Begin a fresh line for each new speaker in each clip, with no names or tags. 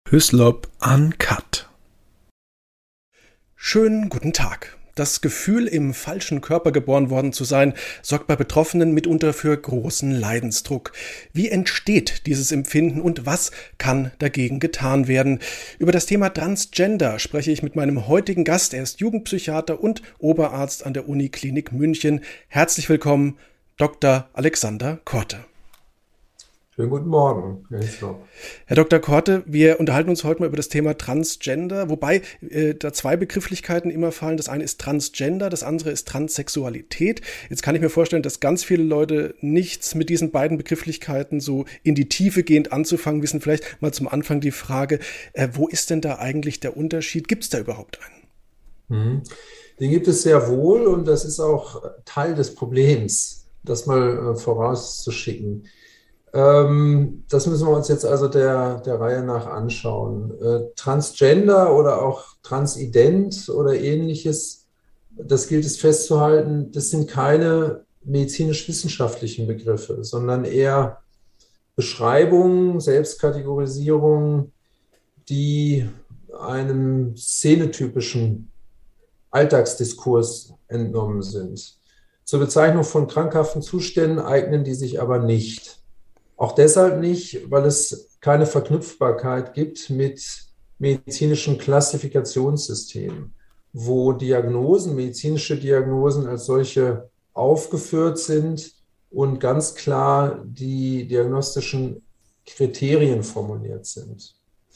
Hyslop Uncut. Schönen guten Tag. Das Gefühl, im falschen Körper geboren worden zu sein, sorgt bei Betroffenen mitunter für großen Leidensdruck. Wie entsteht dieses Empfinden und was kann dagegen getan werden? Über das Thema Transgender spreche ich mit meinem heutigen Gast. Er ist Jugendpsychiater und Oberarzt an der Uniklinik München. Herzlich willkommen, Dr. Alexander Korte.
Schönen guten Morgen,
Herr Dr. Korte, wir unterhalten uns heute mal über das Thema Transgender, wobei da zwei Begrifflichkeiten immer fallen. Das eine ist Transgender, das andere ist Transsexualität. Jetzt kann ich mir vorstellen, dass ganz viele Leute nichts mit diesen beiden Begrifflichkeiten so in die Tiefe gehend anzufangen wissen. Vielleicht mal zum Anfang die Frage, wo ist denn da eigentlich der Unterschied? Gibt es da überhaupt einen?
Den gibt es sehr wohl und das ist auch Teil des Problems, das mal vorauszuschicken. Das müssen wir uns jetzt also der Reihe nach anschauen. Transgender oder auch transident oder ähnliches, das gilt es festzuhalten, das sind keine medizinisch-wissenschaftlichen Begriffe, sondern eher Beschreibungen, Selbstkategorisierungen, die einem szenetypischen Alltagsdiskurs entnommen sind. Zur Bezeichnung von krankhaften Zuständen eignen die sich aber nicht. Auch deshalb nicht, weil es keine Verknüpfbarkeit gibt mit medizinischen Klassifikationssystemen, wo Diagnosen, medizinische Diagnosen als solche aufgeführt sind und ganz klar die diagnostischen Kriterien formuliert sind.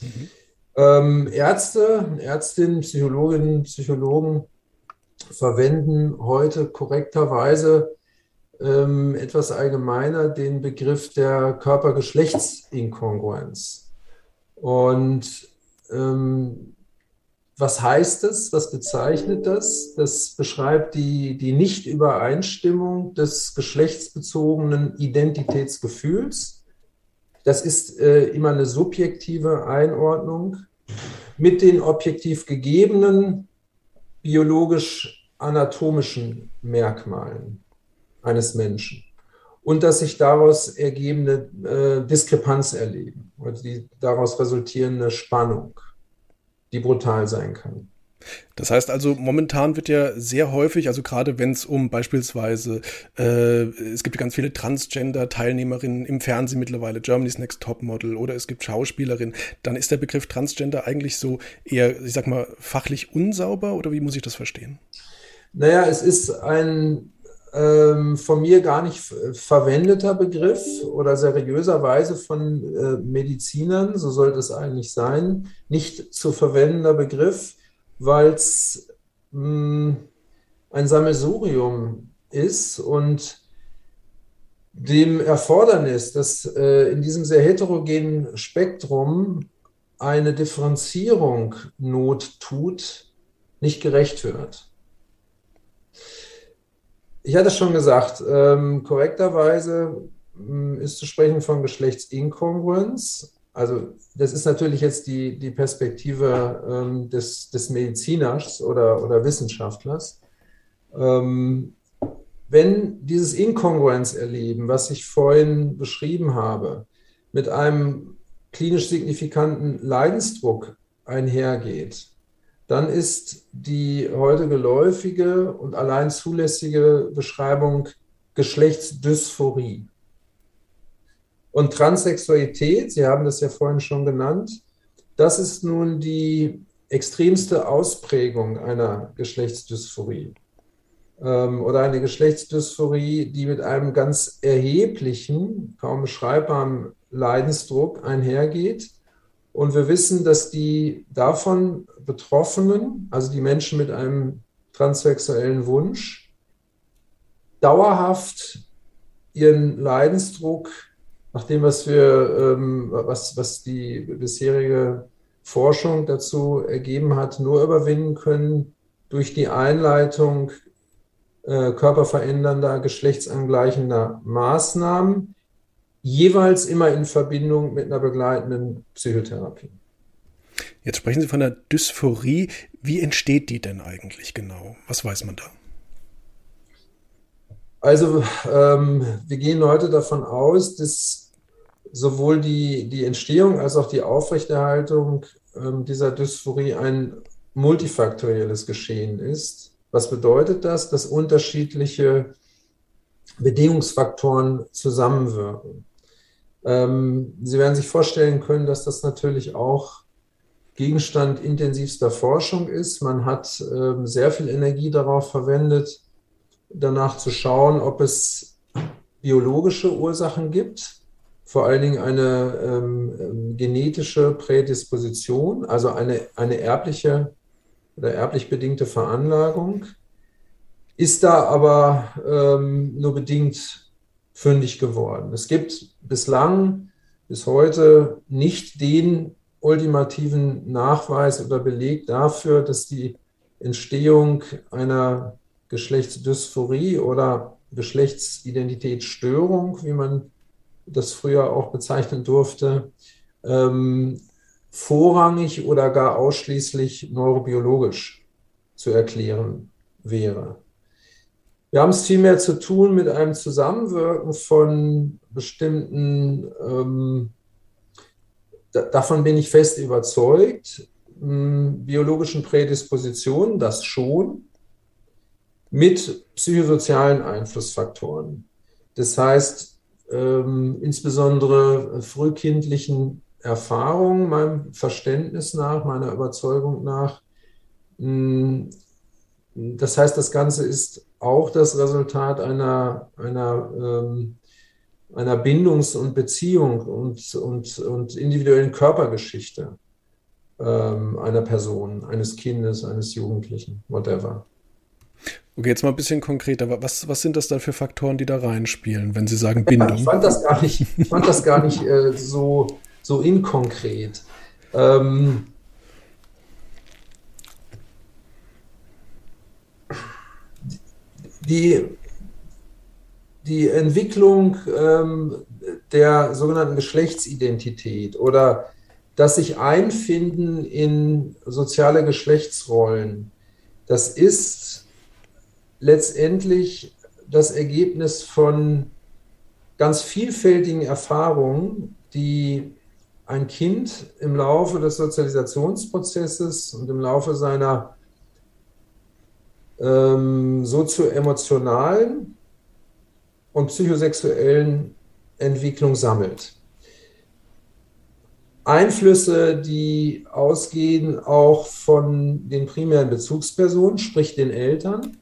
Ärzte, Ärztinnen, Psychologinnen, Psychologen verwenden heute korrekterweise etwas allgemeiner den Begriff der Körper-Geschlechts-Inkongruenz. Und was heißt das? Was bezeichnet das? Das beschreibt die Nichtübereinstimmung des geschlechtsbezogenen Identitätsgefühls. Das ist immer eine subjektive Einordnung mit den objektiv gegebenen biologisch-anatomischen Merkmalen eines Menschen und das sich daraus ergebende Diskrepanz erleben oder die daraus resultierende Spannung, die brutal sein kann.
Das heißt also, momentan wird ja sehr häufig, also gerade wenn es um beispielsweise, es gibt ja ganz viele Transgender-Teilnehmerinnen im Fernsehen mittlerweile, Germany's Next Topmodel oder es gibt Schauspielerinnen, dann ist der Begriff Transgender eigentlich so eher, ich sag mal, fachlich unsauber oder wie muss ich das verstehen?
Naja, es ist ein von mir gar nicht verwendeter Begriff oder seriöserweise von Medizinern, so sollte es eigentlich sein, nicht zu verwendender Begriff, weil es ein Sammelsurium ist und dem Erfordernis, dass in diesem sehr heterogenen Spektrum eine Differenzierung Not tut, nicht gerecht wird. Ich hatte schon gesagt, korrekterweise ist zu sprechen von Geschlechtsinkongruenz. Also das ist natürlich jetzt die Perspektive des Mediziners oder Wissenschaftlers. Wenn dieses Inkongruenzerleben, was ich vorhin beschrieben habe, mit einem klinisch signifikanten Leidensdruck einhergeht, dann ist die heute geläufige und allein zulässige Beschreibung Geschlechtsdysphorie. Und Transsexualität, Sie haben das ja vorhin schon genannt, das ist nun die extremste Ausprägung einer Geschlechtsdysphorie. Oder eine Geschlechtsdysphorie, die mit einem ganz erheblichen, kaum beschreibbaren Leidensdruck einhergeht. Und wir wissen, dass die davon Betroffenen, also die Menschen mit einem transsexuellen Wunsch, dauerhaft ihren Leidensdruck, nach dem, was die bisherige Forschung dazu ergeben hat, nur überwinden können durch die Einleitung körperverändernder, geschlechtsangleichender Maßnahmen, jeweils immer in Verbindung mit einer begleitenden Psychotherapie.
Jetzt sprechen Sie von der Dysphorie. Wie entsteht die denn eigentlich genau? Was weiß man da?
Also wir gehen heute davon aus, dass sowohl die Entstehung als auch die Aufrechterhaltung dieser Dysphorie ein multifaktorielles Geschehen ist. Was bedeutet das? Dass unterschiedliche Bedingungsfaktoren zusammenwirken. Sie werden sich vorstellen können, dass das natürlich auch Gegenstand intensivster Forschung ist. Man hat sehr viel Energie darauf verwendet, danach zu schauen, ob es biologische Ursachen gibt, vor allen Dingen eine genetische Prädisposition, also eine erbliche oder erblich bedingte Veranlagung, ist da aber nur bedingt fündig geworden. Es gibt bislang, bis heute, nicht den ultimativen Nachweis oder Beleg dafür, dass die Entstehung einer Geschlechtsdysphorie oder Geschlechtsidentitätsstörung, wie man das früher auch bezeichnen durfte, vorrangig oder gar ausschließlich neurobiologisch zu erklären wäre. Wir haben es vielmehr zu tun mit einem Zusammenwirken von bestimmten, davon bin ich fest überzeugt, biologischen Prädispositionen, das schon, mit psychosozialen Einflussfaktoren. Das heißt, insbesondere frühkindlichen Erfahrungen, meinem Verständnis nach, meiner Überzeugung nach. Das heißt, das Ganze ist auch das Resultat einer Bindungs- und Beziehung und individuellen Körpergeschichte einer Person, eines Kindes, eines Jugendlichen, whatever.
Okay, jetzt mal ein bisschen konkreter. Was sind das dann für Faktoren, die da reinspielen, wenn Sie sagen Bindung?
Ich fand das gar nicht so inkonkret. Die Entwicklung der sogenannten Geschlechtsidentität oder das sich einfinden in soziale Geschlechtsrollen, das ist letztendlich das Ergebnis von ganz vielfältigen Erfahrungen, die ein Kind im Laufe des Sozialisationsprozesses und im Laufe seiner sozioemotionalen und psychosexuellen Entwicklung sammelt. Einflüsse, die ausgehen auch von den primären Bezugspersonen, sprich den Eltern,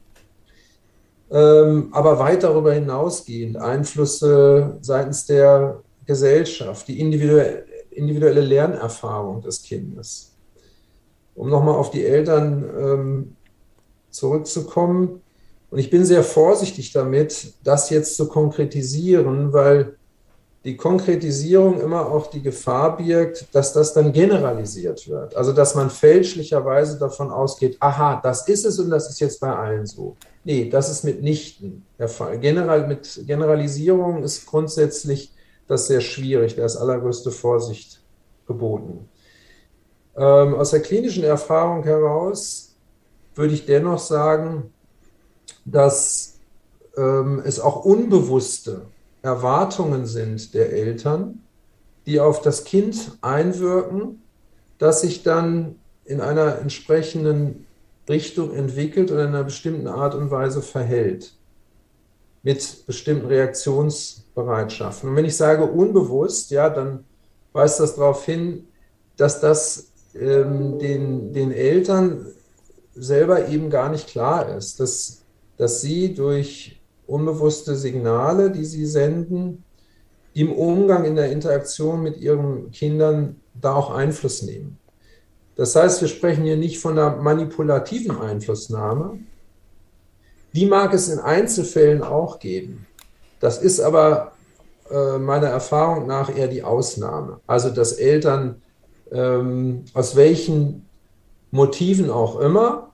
aber weit darüber hinausgehend Einflüsse seitens der Gesellschaft, die individuelle Lernerfahrung des Kindes. Um nochmal auf die Eltern zurückzukommen. Und ich bin sehr vorsichtig damit, das jetzt zu konkretisieren, weil die Konkretisierung immer auch die Gefahr birgt, dass das dann generalisiert wird. Also dass man fälschlicherweise davon ausgeht, aha, das ist es und das ist jetzt bei allen so. Nee, das ist mitnichten der Fall. Mit Generalisierung ist grundsätzlich das sehr schwierig, da ist allergrößte Vorsicht geboten. Aus der klinischen Erfahrung heraus würde ich dennoch sagen, dass es auch unbewusste Erwartungen sind der Eltern, die auf das Kind einwirken, das sich dann in einer entsprechenden Richtung entwickelt oder in einer bestimmten Art und Weise verhält, mit bestimmten Reaktionsbereitschaften. Und wenn ich sage unbewusst, ja, dann weist das darauf hin, dass das den Eltern selber eben gar nicht klar ist, dass sie durch unbewusste Signale, die sie senden, im Umgang, in der Interaktion mit ihren Kindern da auch Einfluss nehmen. Das heißt, wir sprechen hier nicht von einer manipulativen Einflussnahme. Die mag es in Einzelfällen auch geben. Das ist aber meiner Erfahrung nach eher die Ausnahme. Also, dass Eltern aus welchen Motiven auch immer,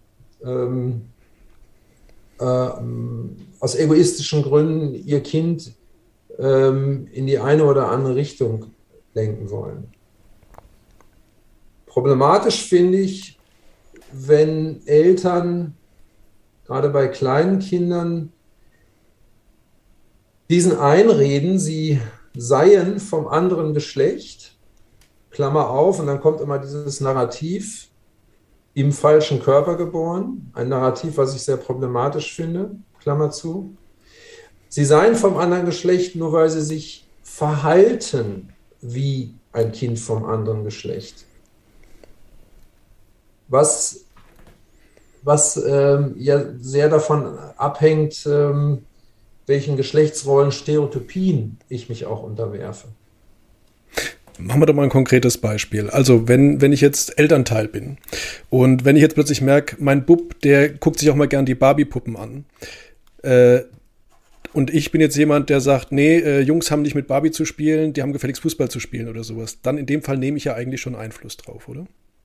aus egoistischen Gründen ihr Kind in die eine oder andere Richtung lenken wollen. Problematisch finde ich, wenn Eltern, gerade bei kleinen Kindern, diesen einreden, sie seien vom anderen Geschlecht, Klammer auf, und dann kommt immer dieses Narrativ, im falschen Körper geboren, ein Narrativ, was ich sehr problematisch finde, Klammer zu. Sie seien vom anderen Geschlecht, nur weil sie sich verhalten wie ein Kind vom anderen Geschlecht. Was ja sehr davon abhängt, welchen Geschlechtsrollen, Stereotypien ich mich auch unterwerfe.
Machen wir doch mal ein konkretes Beispiel. Also wenn ich jetzt Elternteil bin und wenn ich jetzt plötzlich merke, mein Bub, der guckt sich auch mal gern die Barbie-Puppen an. Und ich bin jetzt jemand, der sagt, nee, Jungs haben nicht mit Barbie zu spielen, die haben gefälligst Fußball zu spielen oder sowas. Dann in dem Fall nehme ich ja eigentlich schon Einfluss drauf, oder?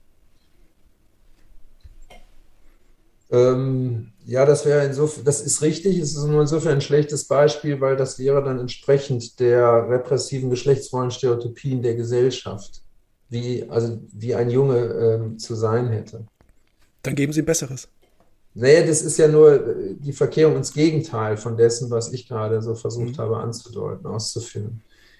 Ja, das ist richtig. Es ist nur insofern ein schlechtes Beispiel, weil das wäre dann entsprechend der repressiven Geschlechtsrollen-Stereotypien der Gesellschaft, wie ein Junge zu sein hätte.
Dann geben Sie ein besseres.
Naja, das ist ja nur die Verkehrung ins Gegenteil von dessen, was ich gerade so versucht habe anzudeuten, auszuführen.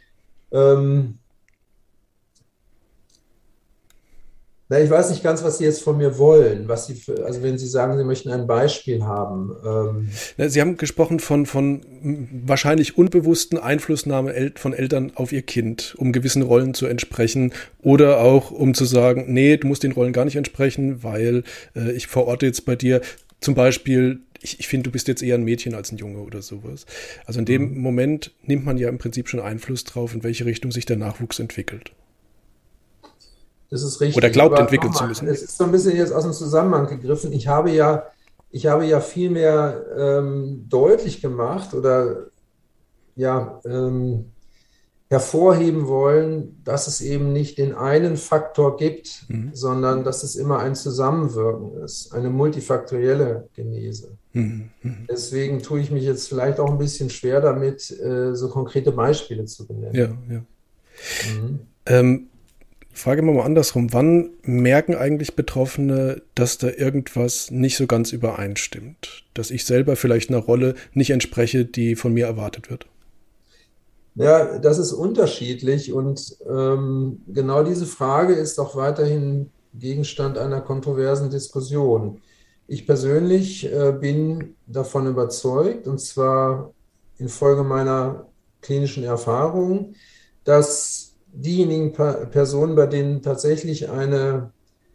Ich weiß nicht ganz, was Sie jetzt von mir wollen. Also wenn Sie sagen, Sie möchten ein Beispiel haben.
Sie haben gesprochen von wahrscheinlich unbewussten Einflussnahme von Eltern auf ihr Kind, um gewissen Rollen zu entsprechen oder auch um zu sagen, nee, du musst den Rollen gar nicht entsprechen, weil ich verorte jetzt bei dir zum Beispiel, ich finde, du bist jetzt eher ein Mädchen als ein Junge oder sowas. Also in dem Moment nimmt man ja im Prinzip schon Einfluss drauf, in welche Richtung sich der Nachwuchs entwickelt.
Das ist richtig.
Oder glaubt, entwickeln zu müssen.
Es ist so ein bisschen jetzt aus dem Zusammenhang gegriffen. Ich habe ja viel mehr deutlich gemacht oder ja, hervorheben wollen, dass es eben nicht den einen Faktor gibt, sondern dass es immer ein Zusammenwirken ist, eine multifaktorielle Genese. Deswegen tue ich mich jetzt vielleicht auch ein bisschen schwer damit, so konkrete Beispiele zu benennen.
Ja. Frage mal andersrum. Wann merken eigentlich Betroffene, dass da irgendwas nicht so ganz übereinstimmt? Dass ich selber vielleicht einer Rolle nicht entspreche, die von mir erwartet wird?
Ja, das ist unterschiedlich und genau diese Frage ist auch weiterhin Gegenstand einer kontroversen Diskussion. Ich persönlich bin davon überzeugt, und zwar infolge meiner klinischen Erfahrung, dass diejenigen Personen, bei denen tatsächlich eine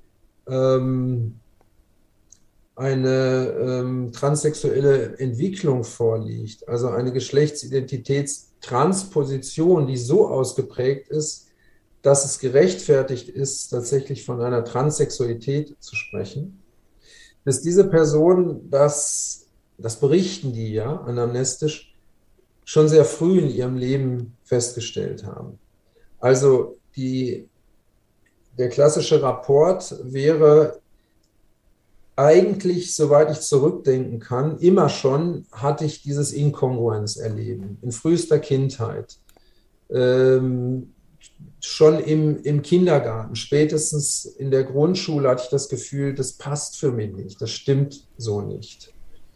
transsexuelle Entwicklung vorliegt, also eine Geschlechtsidentitätstransposition, die so ausgeprägt ist, dass es gerechtfertigt ist, tatsächlich von einer Transsexualität zu sprechen, dass diese Personen, das berichten die ja anamnestisch, schon sehr früh in ihrem Leben festgestellt haben. Also der klassische Rapport wäre eigentlich, soweit ich zurückdenken kann, immer schon hatte ich dieses Inkongruenzerleben in frühester Kindheit. Schon im Kindergarten, spätestens in der Grundschule hatte ich das Gefühl, das passt für mich nicht, das stimmt so nicht.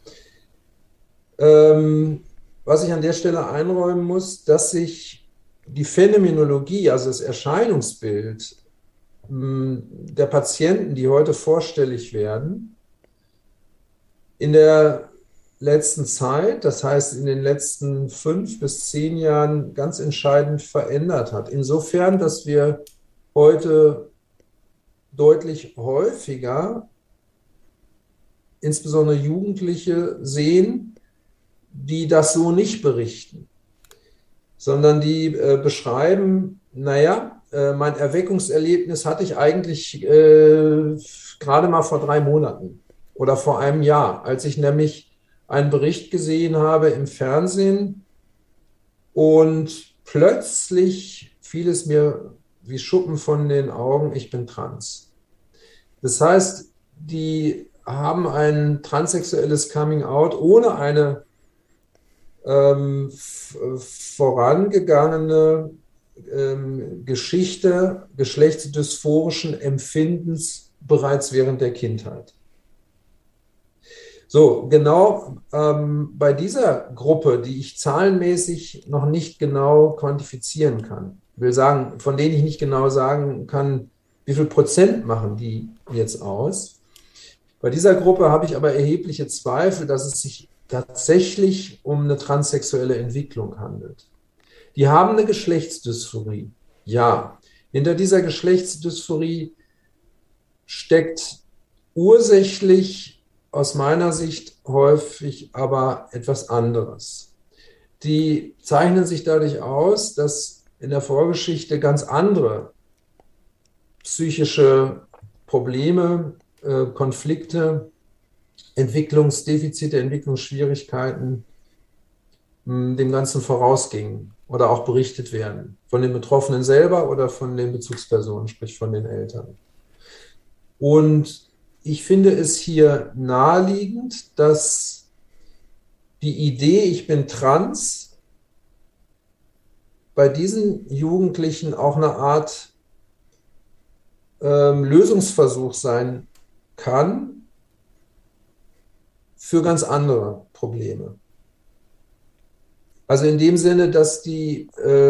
Was ich an der Stelle einräumen muss, dass sich die Phänomenologie, also das Erscheinungsbild der Patienten, die heute vorstellig werden, in der letzten Zeit, das heißt in den letzten 5 bis 10 Jahren, ganz entscheidend verändert hat. Insofern, dass wir heute deutlich häufiger, insbesondere Jugendliche, sehen, die das so nicht berichten, sondern die beschreiben, mein Erweckungserlebnis hatte ich eigentlich gerade mal vor 3 Monaten oder vor einem Jahr, als ich nämlich einen Bericht gesehen habe im Fernsehen und plötzlich fiel es mir wie Schuppen von den Augen, ich bin trans. Das heißt, die haben ein transsexuelles Coming-out ohne eine vorangegangene Geschichte geschlechtsdysphorischen Empfindens bereits während der Kindheit. So, genau bei dieser Gruppe, die ich zahlenmäßig noch nicht genau quantifizieren kann, will sagen, von denen ich nicht genau sagen kann, wie viel Prozent machen die jetzt aus. Bei dieser Gruppe habe ich aber erhebliche Zweifel, dass es sich tatsächlich um eine transsexuelle Entwicklung handelt. Die haben eine Geschlechtsdysphorie. Ja, hinter dieser Geschlechtsdysphorie steckt ursächlich aus meiner Sicht häufig aber etwas anderes. Die zeichnen sich dadurch aus, dass in der Vorgeschichte ganz andere psychische Probleme, Konflikte, Entwicklungsdefizite, Entwicklungsschwierigkeiten dem Ganzen vorausgingen oder auch berichtet werden. Von den Betroffenen selber oder von den Bezugspersonen, sprich von den Eltern. Und ich finde es hier naheliegend, dass die Idee, ich bin trans, bei diesen Jugendlichen auch eine Art Lösungsversuch sein kann für ganz andere Probleme. Also in dem Sinne, dass die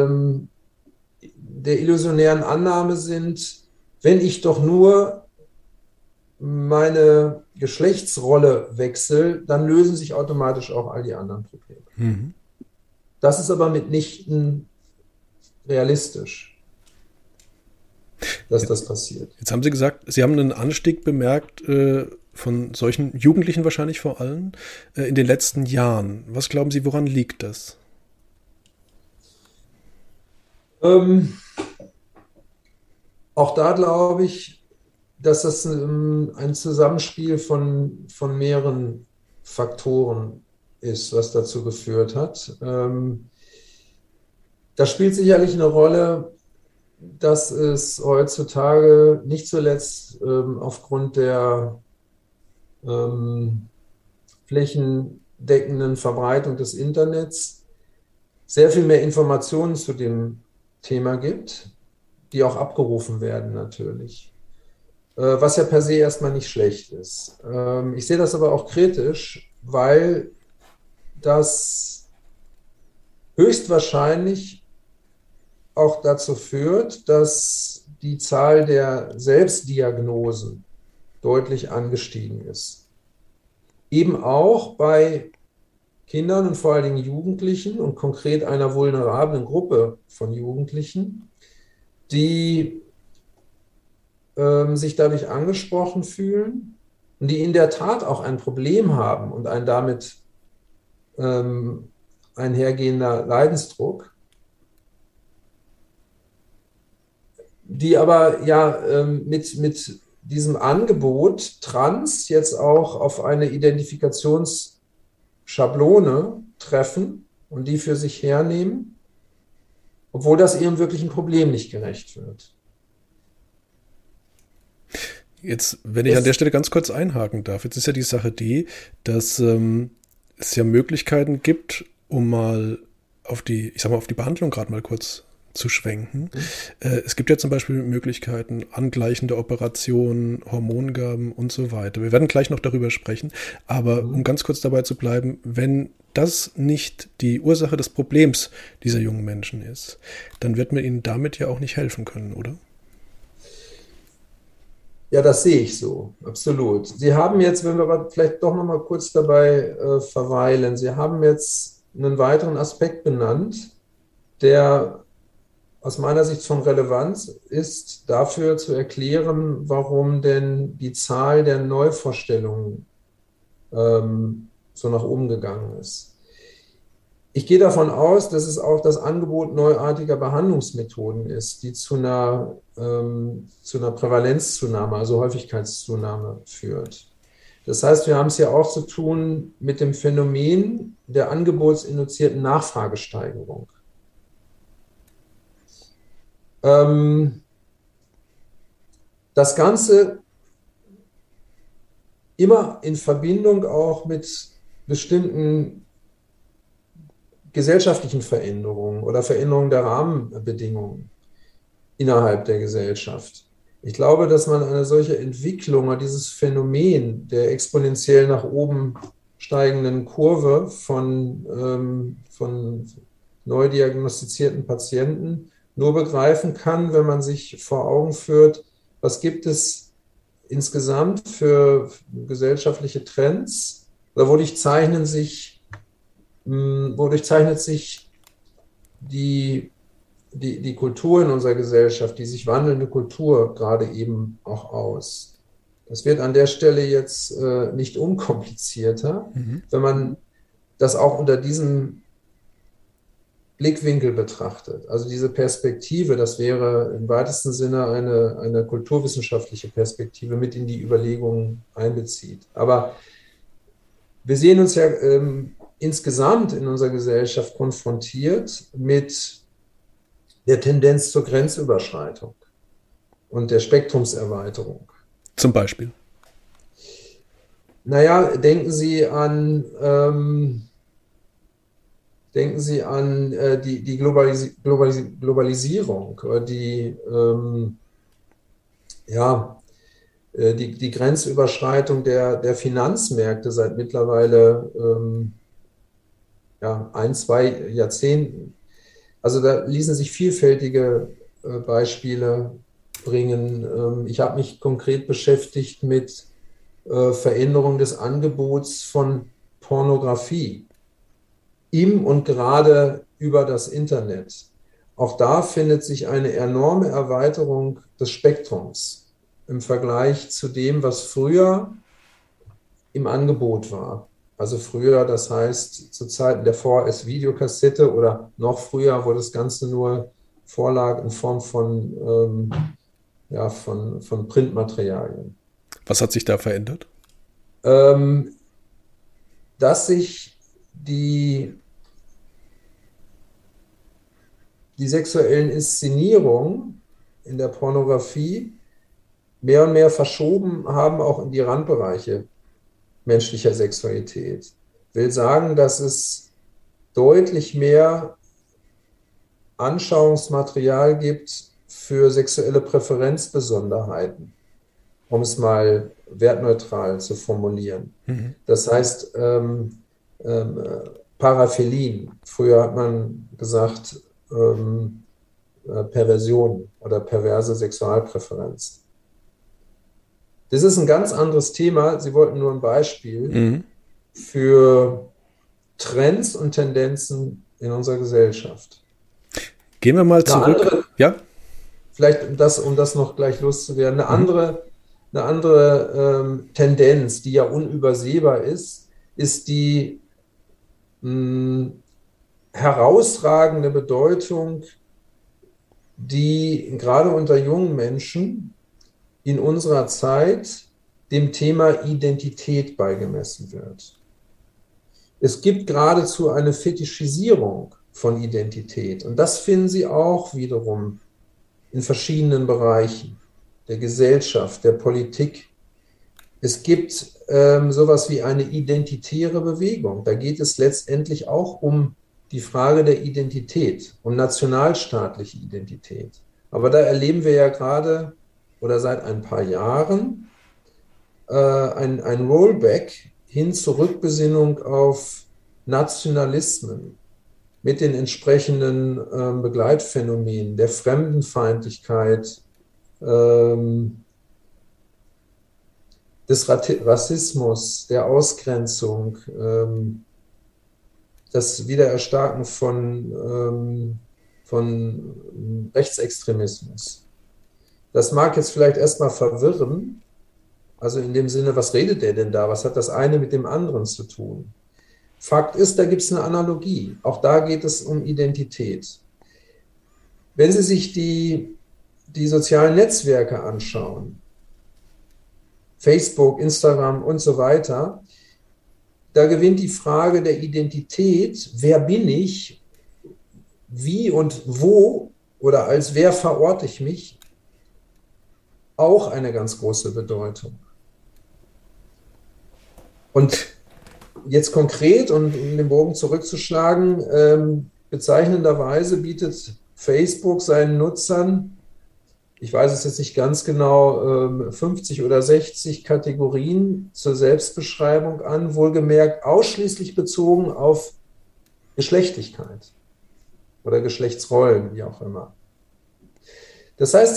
der illusionären Annahme sind, wenn ich doch nur meine Geschlechtsrolle wechsle, dann lösen sich automatisch auch all die anderen Probleme. Mhm. Das ist aber mitnichten realistisch, dass das passiert.
Jetzt haben Sie gesagt, Sie haben einen Anstieg bemerkt von solchen Jugendlichen wahrscheinlich vor allem in den letzten Jahren. Was glauben Sie, woran liegt das?
Auch da glaube ich, dass das ein Zusammenspiel von mehreren Faktoren ist, was dazu geführt hat. Da spielt sicherlich eine Rolle, dass es heutzutage nicht zuletzt aufgrund der flächendeckenden Verbreitung des Internets sehr viel mehr Informationen zu dem Thema gibt, die auch abgerufen werden natürlich. Was ja per se erstmal nicht schlecht ist. Ich sehe das aber auch kritisch, weil das höchstwahrscheinlich auch dazu führt, dass die Zahl der Selbstdiagnosen deutlich angestiegen ist. Eben auch bei Kindern und vor allen Dingen Jugendlichen und konkret einer vulnerablen Gruppe von Jugendlichen, die sich dadurch angesprochen fühlen und die in der Tat auch ein Problem haben und ein damit einhergehender Leidensdruck, die aber ja mit diesem Angebot Trans jetzt auch auf eine Identifikationsschablone treffen und die für sich hernehmen, obwohl das ihrem wirklichen Problem nicht gerecht wird.
Jetzt, wenn ich an der Stelle ganz kurz einhaken darf, jetzt ist ja die Sache die, dass es ja Möglichkeiten gibt, um mal auf die Behandlung gerade mal kurz zu schwenken. Es gibt ja zum Beispiel Möglichkeiten, angleichende Operationen, Hormongaben und so weiter. Wir werden gleich noch darüber sprechen, aber um ganz kurz dabei zu bleiben, wenn das nicht die Ursache des Problems dieser jungen Menschen ist, dann wird man ihnen damit ja auch nicht helfen können, oder?
Ja, das sehe ich so, absolut. Sie haben jetzt, wenn wir aber vielleicht doch noch mal kurz dabei verweilen, Sie haben jetzt einen weiteren Aspekt benannt, der aus meiner Sicht von Relevanz ist, dafür zu erklären, warum denn die Zahl der Neuvorstellungen so nach oben gegangen ist. Ich gehe davon aus, dass es auch das Angebot neuartiger Behandlungsmethoden ist, die zu einer Prävalenzzunahme, also Häufigkeitszunahme führt. Das heißt, wir haben es ja auch zu tun mit dem Phänomen der angebotsinduzierten Nachfragesteigerung. Das Ganze immer in Verbindung auch mit bestimmten gesellschaftlichen Veränderungen oder Veränderungen der Rahmenbedingungen innerhalb der Gesellschaft. Ich glaube, dass man eine solche Entwicklung, dieses Phänomen der exponentiell nach oben steigenden Kurve von neu diagnostizierten Patienten nur begreifen kann, wenn man sich vor Augen führt, was gibt es insgesamt für gesellschaftliche Trends, oder wodurch zeichnet sich die Kultur in unserer Gesellschaft, die sich wandelnde Kultur gerade eben auch aus. Das wird an der Stelle jetzt nicht unkomplizierter, wenn man das auch unter diesem Blickwinkel betrachtet. Also diese Perspektive, das wäre im weitesten Sinne eine kulturwissenschaftliche Perspektive, mit in die Überlegungen einbezieht. Aber wir sehen uns ja insgesamt in unserer Gesellschaft konfrontiert mit der Tendenz zur Grenzüberschreitung und der Spektrumserweiterung.
Zum Beispiel.
Naja, denken Sie an die Globalisierung, die Grenzüberschreitung der Finanzmärkte seit mittlerweile 2 Jahrzehnten. Also da ließen sich vielfältige Beispiele bringen. Ich habe mich konkret beschäftigt mit Veränderung des Angebots von Pornografie im und gerade über das Internet. Auch da findet sich eine enorme Erweiterung des Spektrums im Vergleich zu dem, was früher im Angebot war. Also früher, das heißt zu Zeiten der VHS-Videokassette oder noch früher, wo das Ganze nur vorlag in Form von Printmaterialien.
Was hat sich da verändert?
Dass sich die sexuellen Inszenierungen in der Pornografie mehr und mehr verschoben haben, auch in die Randbereiche menschlicher Sexualität. Will sagen, dass es deutlich mehr Anschauungsmaterial gibt für sexuelle Präferenzbesonderheiten, um es mal wertneutral zu formulieren. Das heißt, Paraphilien, früher hat man gesagt, Perversion oder perverse Sexualpräferenz. Das ist ein ganz anderes Thema. Sie wollten nur ein Beispiel für Trends und Tendenzen in unserer Gesellschaft.
Gehen wir mal zurück. Ja?
Vielleicht, um das noch gleich loszuwerden, eine andere Tendenz, die ja unübersehbar ist die herausragende Bedeutung, die gerade unter jungen Menschen in unserer Zeit dem Thema Identität beigemessen wird. Es gibt geradezu eine Fetischisierung von Identität und das finden Sie auch wiederum in verschiedenen Bereichen der Gesellschaft, der Politik. Es gibt sowas wie eine identitäre Bewegung. Da geht es letztendlich auch um die Frage der Identität, um nationalstaatliche Identität. Aber da erleben wir ja gerade oder seit ein paar Jahren ein Rollback hin zur Rückbesinnung auf Nationalismen mit den entsprechenden Begleitphänomenen der Fremdenfeindlichkeit, des Rassismus, der Ausgrenzung, das Wiedererstarken von Rechtsextremismus. Das mag jetzt vielleicht erstmal verwirren, also in dem Sinne, was redet der denn da? Was hat das eine mit dem anderen zu tun? Fakt ist, da gibt es eine Analogie. Auch da geht es um Identität. Wenn Sie sich die sozialen Netzwerke anschauen, Facebook, Instagram und so weiter, da gewinnt die Frage der Identität, wer bin ich, wie und wo oder als wer verorte ich mich, auch eine ganz große Bedeutung. Und jetzt konkret, und um den Bogen zurückzuschlagen, bezeichnenderweise bietet Facebook seinen Nutzern ich weiß es jetzt nicht ganz genau, 50 oder 60 Kategorien zur Selbstbeschreibung an, wohlgemerkt ausschließlich bezogen auf Geschlechtlichkeit oder Geschlechtsrollen, wie auch immer. Das heißt,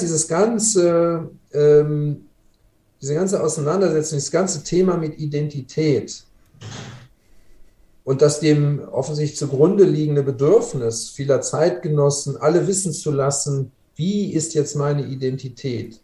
diese ganze Auseinandersetzung, das ganze Thema mit Identität und das dem offensichtlich zugrunde liegende Bedürfnis vieler Zeitgenossen, alle wissen zu lassen, wie ist jetzt meine Identität?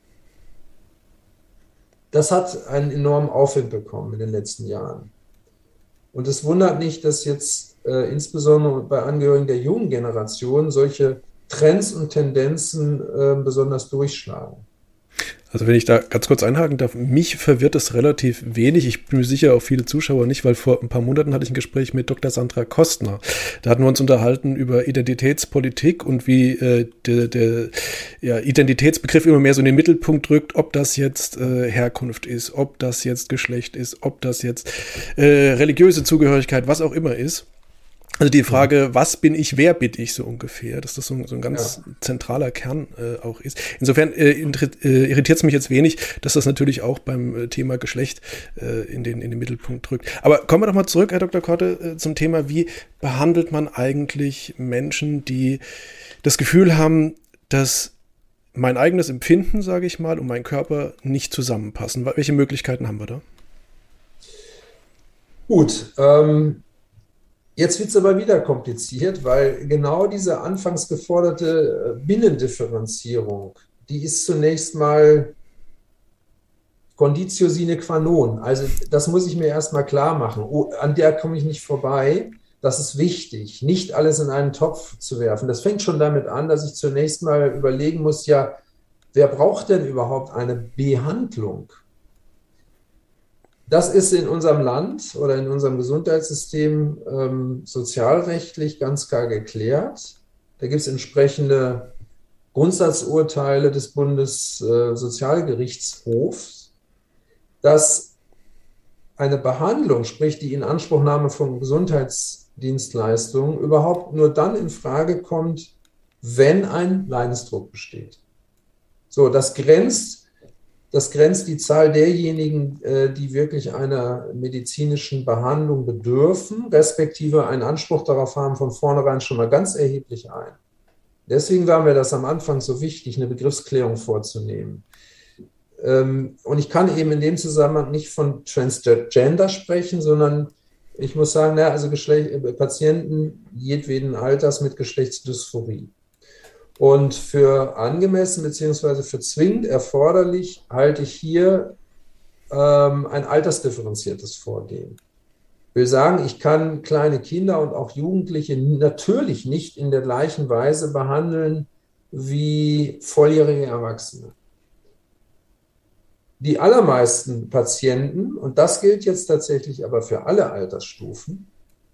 Das hat einen enormen Aufwind bekommen in den letzten Jahren. Und es wundert nicht, dass jetzt insbesondere bei Angehörigen der jungen Generation solche Trends und Tendenzen besonders durchschlagen.
Also wenn ich da ganz kurz einhaken darf, mich verwirrt es relativ wenig. Ich bin mir sicher auch viele Zuschauer nicht, weil vor ein paar Monaten hatte ich ein Gespräch mit Dr. Sandra Kostner. Da hatten wir uns unterhalten über Identitätspolitik und wie der Identitätsbegriff immer mehr so in den Mittelpunkt rückt, ob das jetzt Herkunft ist, ob das jetzt Geschlecht ist, ob das jetzt religiöse Zugehörigkeit, was auch immer ist. Also die Frage, was bin ich, wer bin ich, so ungefähr, dass das so ein ganz zentraler Kern auch ist. Insofern irritiert es mich jetzt wenig, dass das natürlich auch beim Thema Geschlecht in den Mittelpunkt rückt. Aber kommen wir doch mal zurück, Herr Dr. Korte, zum Thema, wie behandelt man eigentlich Menschen, die das Gefühl haben, dass mein eigenes Empfinden, sage ich mal, und mein Körper nicht zusammenpassen. Welche Möglichkeiten haben wir da?
Gut, jetzt wird es aber wieder kompliziert, weil genau diese anfangs geforderte Binnendifferenzierung, die ist zunächst mal Conditio sine qua non. Also das muss ich mir erstmal klar machen. An der komme ich nicht vorbei. Das ist wichtig, nicht alles in einen Topf zu werfen. Das fängt schon damit an, dass ich zunächst mal überlegen muss, ja, wer braucht denn überhaupt eine Behandlung? Das ist in unserem Land oder in unserem Gesundheitssystem sozialrechtlich ganz klar geklärt. Da gibt es entsprechende Grundsatzurteile des Bundessozialgerichtshofs, dass eine Behandlung, sprich die Inanspruchnahme von Gesundheitsdienstleistungen, überhaupt nur dann in Frage kommt, wenn ein Leidensdruck besteht. So, das grenzt die Zahl derjenigen, die wirklich einer medizinischen Behandlung bedürfen, respektive einen Anspruch darauf haben, von vornherein schon mal ganz erheblich ein. Deswegen war mir das am Anfang so wichtig, eine Begriffsklärung vorzunehmen. Und ich kann eben in dem Zusammenhang nicht von Transgender sprechen, sondern ich muss sagen, also Patienten jedweden Alters mit Geschlechtsdysphorie. Und für angemessen bzw. für zwingend erforderlich halte ich hier ein altersdifferenziertes Vorgehen. Ich will sagen, ich kann kleine Kinder und auch Jugendliche natürlich nicht in der gleichen Weise behandeln wie volljährige Erwachsene. Die allermeisten Patienten, und das gilt jetzt tatsächlich aber für alle Altersstufen,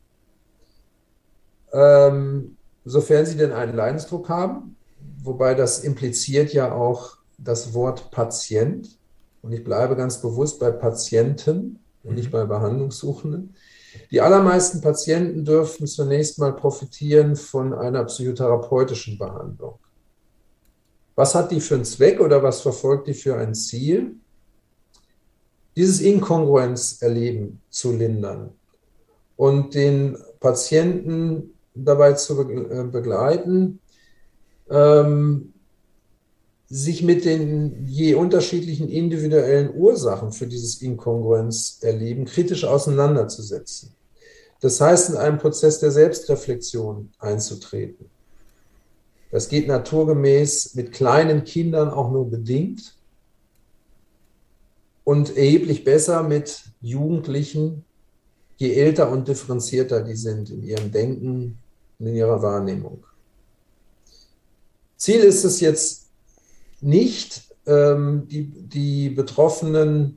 sofern sie denn einen Leidensdruck haben, wobei das impliziert ja auch das Wort Patient, und ich bleibe ganz bewusst bei Patienten und nicht bei Behandlungssuchenden. Die allermeisten Patienten dürften zunächst mal profitieren von einer psychotherapeutischen Behandlung. Was hat die für einen Zweck oder was verfolgt die für ein Ziel? Dieses Inkongruenzerleben zu lindern und den Patienten dabei zu begleiten, sich mit den je unterschiedlichen individuellen Ursachen für dieses Inkongruenzerleben kritisch auseinanderzusetzen. Das heißt, in einen Prozess der Selbstreflexion einzutreten. Das geht naturgemäß mit kleinen Kindern auch nur bedingt und erheblich besser mit Jugendlichen, je älter und differenzierter die sind in ihrem Denken und in ihrer Wahrnehmung. Ziel ist es jetzt nicht, die Betroffenen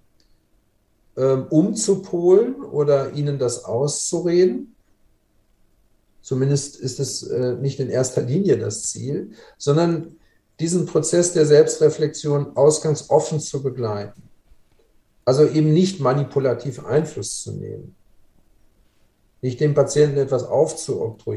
umzupolen oder ihnen das auszureden. Zumindest ist es nicht in erster Linie das Ziel, sondern diesen Prozess der Selbstreflexion ausgangsoffen zu begleiten. Also eben nicht manipulativ Einfluss zu nehmen. Nicht dem Patienten etwas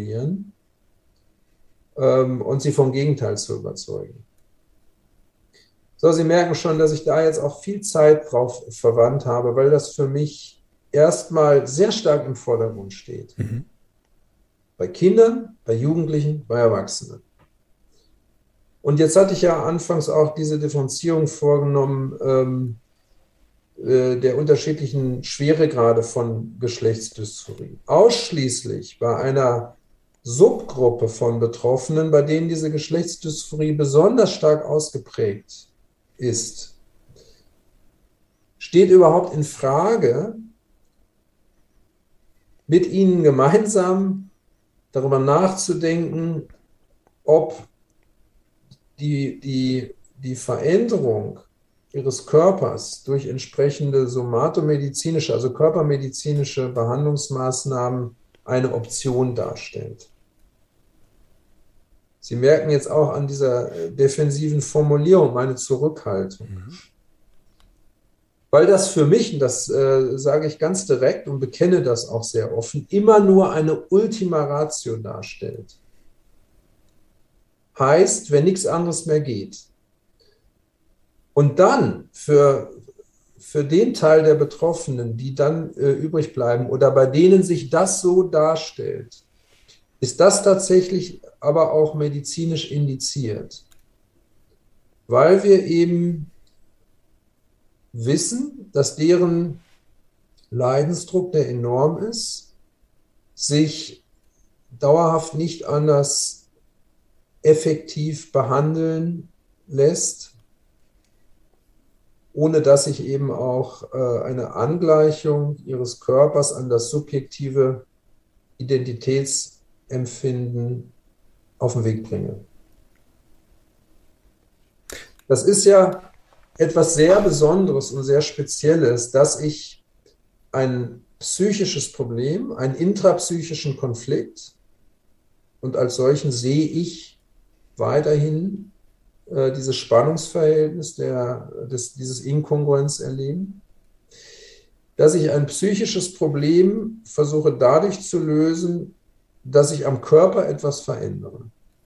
aufzuoktroyieren und sie vom Gegenteil zu überzeugen. So, Sie merken schon, dass ich da jetzt auch viel Zeit drauf verwandt habe, weil das für mich erstmal sehr stark im Vordergrund steht.
Mhm.
Bei Kindern, bei Jugendlichen, bei Erwachsenen. Und jetzt hatte ich ja anfangs auch diese Differenzierung vorgenommen, der unterschiedlichen Schweregrade von Geschlechtsdysphorie. Ausschließlich bei einer Subgruppe von Betroffenen, bei denen diese Geschlechtsdysphorie besonders stark ausgeprägt ist, steht überhaupt in Frage, mit ihnen gemeinsam darüber nachzudenken, ob die Veränderung ihres Körpers durch entsprechende somatomedizinische, also körpermedizinische Behandlungsmaßnahmen eine Option darstellt. Sie merken jetzt auch an dieser defensiven Formulierung meine Zurückhaltung. Weil das für mich, und das sage ich ganz direkt und bekenne das auch sehr offen, immer nur eine Ultima Ratio darstellt. Heißt, wenn nichts anderes mehr geht. Und dann für den Teil der Betroffenen, die dann übrig bleiben oder bei denen sich das so darstellt, ist das tatsächlich aber auch medizinisch indiziert. Weil wir eben wissen, dass deren Leidensdruck, der enorm ist, sich dauerhaft nicht anders effektiv behandeln lässt, ohne dass ich eben auch eine Angleichung ihres Körpers an das subjektive Identitätsempfinden auf den Weg bringe. Das ist ja etwas sehr Besonderes und sehr Spezielles, dass ich ein psychisches Problem, einen intrapsychischen Konflikt, und als solchen sehe ich weiterhin dieses Spannungsverhältnis, dieses Inkongruenzerleben, dass ich ein psychisches Problem versuche dadurch zu lösen, dass ich am Körper etwas verändere.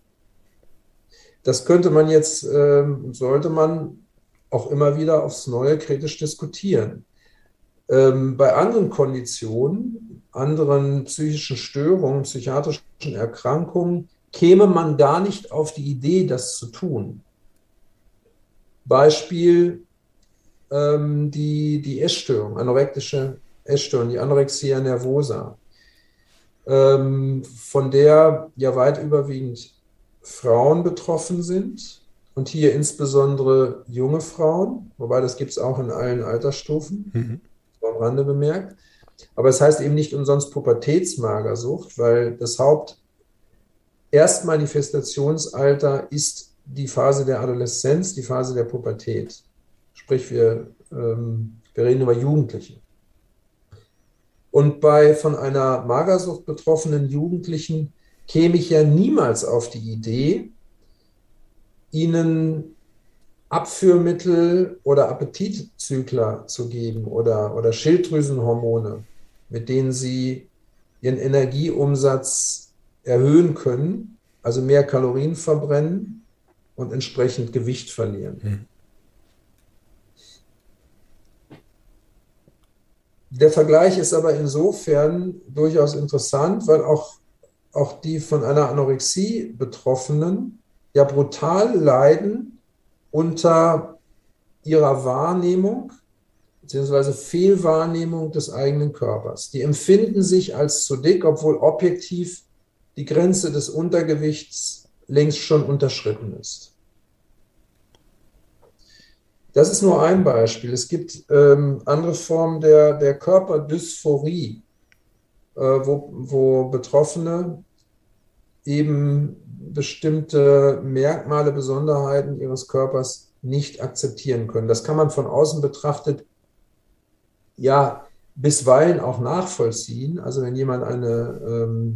Das könnte man jetzt, sollte man auch immer wieder aufs Neue kritisch diskutieren. Bei anderen Konditionen, anderen psychischen Störungen, psychiatrischen Erkrankungen, käme man gar nicht auf die Idee, das zu tun. Beispiel die Essstörung, anorektische Essstörung, die Anorexia nervosa, von der ja weit überwiegend Frauen betroffen sind und hier insbesondere junge Frauen, wobei das gibt es auch in allen Altersstufen, so am Rande bemerkt. Aber es heißt eben nicht umsonst Pubertätsmagersucht, weil das Erstmanifestationsalter ist die Phase der Adoleszenz, die Phase der Pubertät. Sprich, wir reden über Jugendliche. Und bei von einer Magersucht betroffenen Jugendlichen käme ich ja niemals auf die Idee, ihnen Abführmittel oder Appetitzügler zu geben oder Schilddrüsenhormone, mit denen sie ihren Energieumsatz erhöhen können, also mehr Kalorien verbrennen und entsprechend Gewicht verlieren. Der Vergleich ist aber insofern durchaus interessant, weil auch die von einer Anorexie Betroffenen ja brutal leiden unter ihrer Wahrnehmung bzw. Fehlwahrnehmung des eigenen Körpers. Die empfinden sich als zu dick, obwohl objektiv die Grenze des Untergewichts längst schon unterschritten ist. Das ist nur ein Beispiel. Es gibt andere Formen der Körperdysphorie, wo Betroffene eben bestimmte Merkmale, Besonderheiten ihres Körpers nicht akzeptieren können. Das kann man von außen betrachtet ja bisweilen auch nachvollziehen. Also wenn jemand eine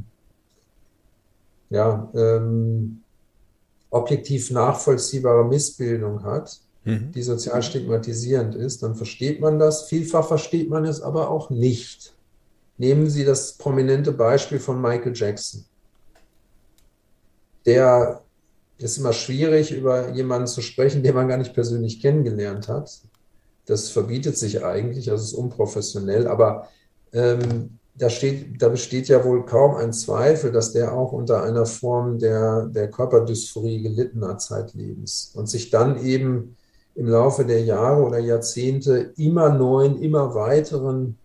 objektiv nachvollziehbare Missbildung hat, die sozial stigmatisierend ist, dann versteht man das. Vielfach versteht man es aber auch nicht. Nehmen Sie das prominente Beispiel von Michael Jackson, der ist immer schwierig, über jemanden zu sprechen, den man gar nicht persönlich kennengelernt hat. Das verbietet sich eigentlich, also es ist unprofessionell, aber da besteht ja wohl kaum ein Zweifel, dass der auch unter einer Form der Körperdysphorie gelitten hat zeitlebens und sich dann eben im Laufe der Jahre oder Jahrzehnte immer neuen, immer weiteren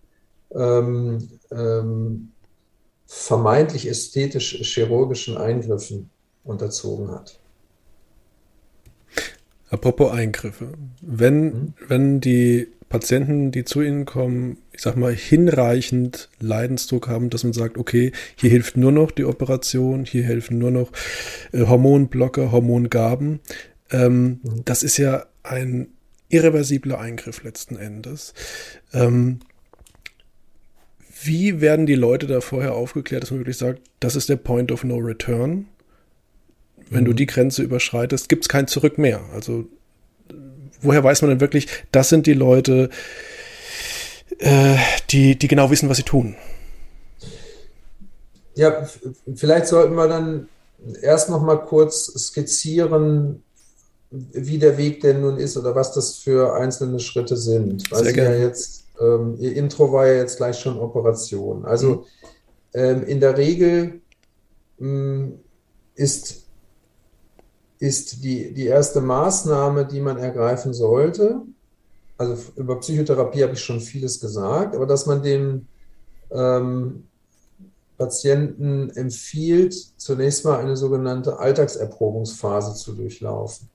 vermeintlich ästhetisch-chirurgischen Eingriffen unterzogen hat.
Apropos Eingriffe. Wenn die Patienten, die zu Ihnen kommen, ich sag mal, hinreichend Leidensdruck haben, dass man sagt, okay, hier hilft nur noch die Operation, hier helfen nur noch Hormonblocker, Hormongaben. Das ist ja ein irreversibler Eingriff letzten Endes. Wie werden die Leute da vorher aufgeklärt, dass man wirklich sagt, das ist der Point of No Return? Wenn du die Grenze überschreitest, gibt es kein Zurück mehr. Also woher weiß man denn wirklich, das sind die Leute, die genau wissen, was sie tun?
Ja, vielleicht sollten wir dann erst noch mal kurz skizzieren, wie der Weg denn nun ist oder was das für einzelne Schritte sind. Weil
Sehr gerne.
ja jetzt, Ihr Intro war ja jetzt gleich schon Operation. Also in der Regel ist die erste Maßnahme, die man ergreifen sollte, also über Psychotherapie habe ich schon vieles gesagt, aber dass man dem Patienten empfiehlt, zunächst mal eine sogenannte Alltagserprobungsphase zu durchlaufen.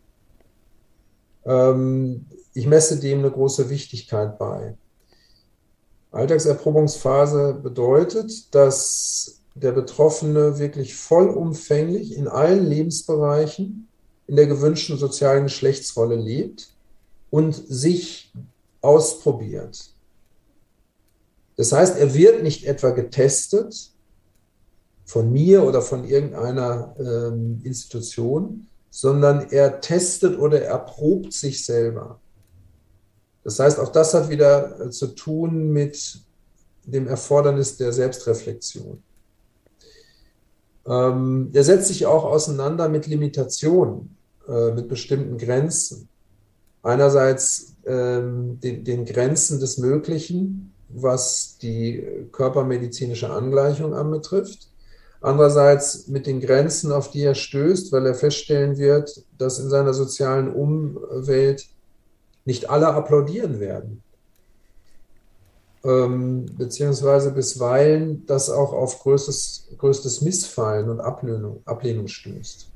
Ich messe dem eine große Wichtigkeit bei. Alltagserprobungsphase bedeutet, dass der Betroffene wirklich vollumfänglich in allen Lebensbereichen in der gewünschten sozialen Geschlechtsrolle lebt und sich ausprobiert. Das heißt, er wird nicht etwa getestet von mir oder von irgendeiner Institution, sondern er testet oder erprobt sich selber. Das heißt, auch das hat wieder zu tun mit dem Erfordernis der Selbstreflexion. Der setzt sich auch auseinander mit Limitationen, mit bestimmten Grenzen. Einerseits den Grenzen des Möglichen, was die körpermedizinische Angleichung anbetrifft. Andererseits mit den Grenzen, auf die er stößt, weil er feststellen wird, dass in seiner sozialen Umwelt nicht alle applaudieren werden. Beziehungsweise bisweilen das auch auf größtes Missfallen und Ablehnung stößt.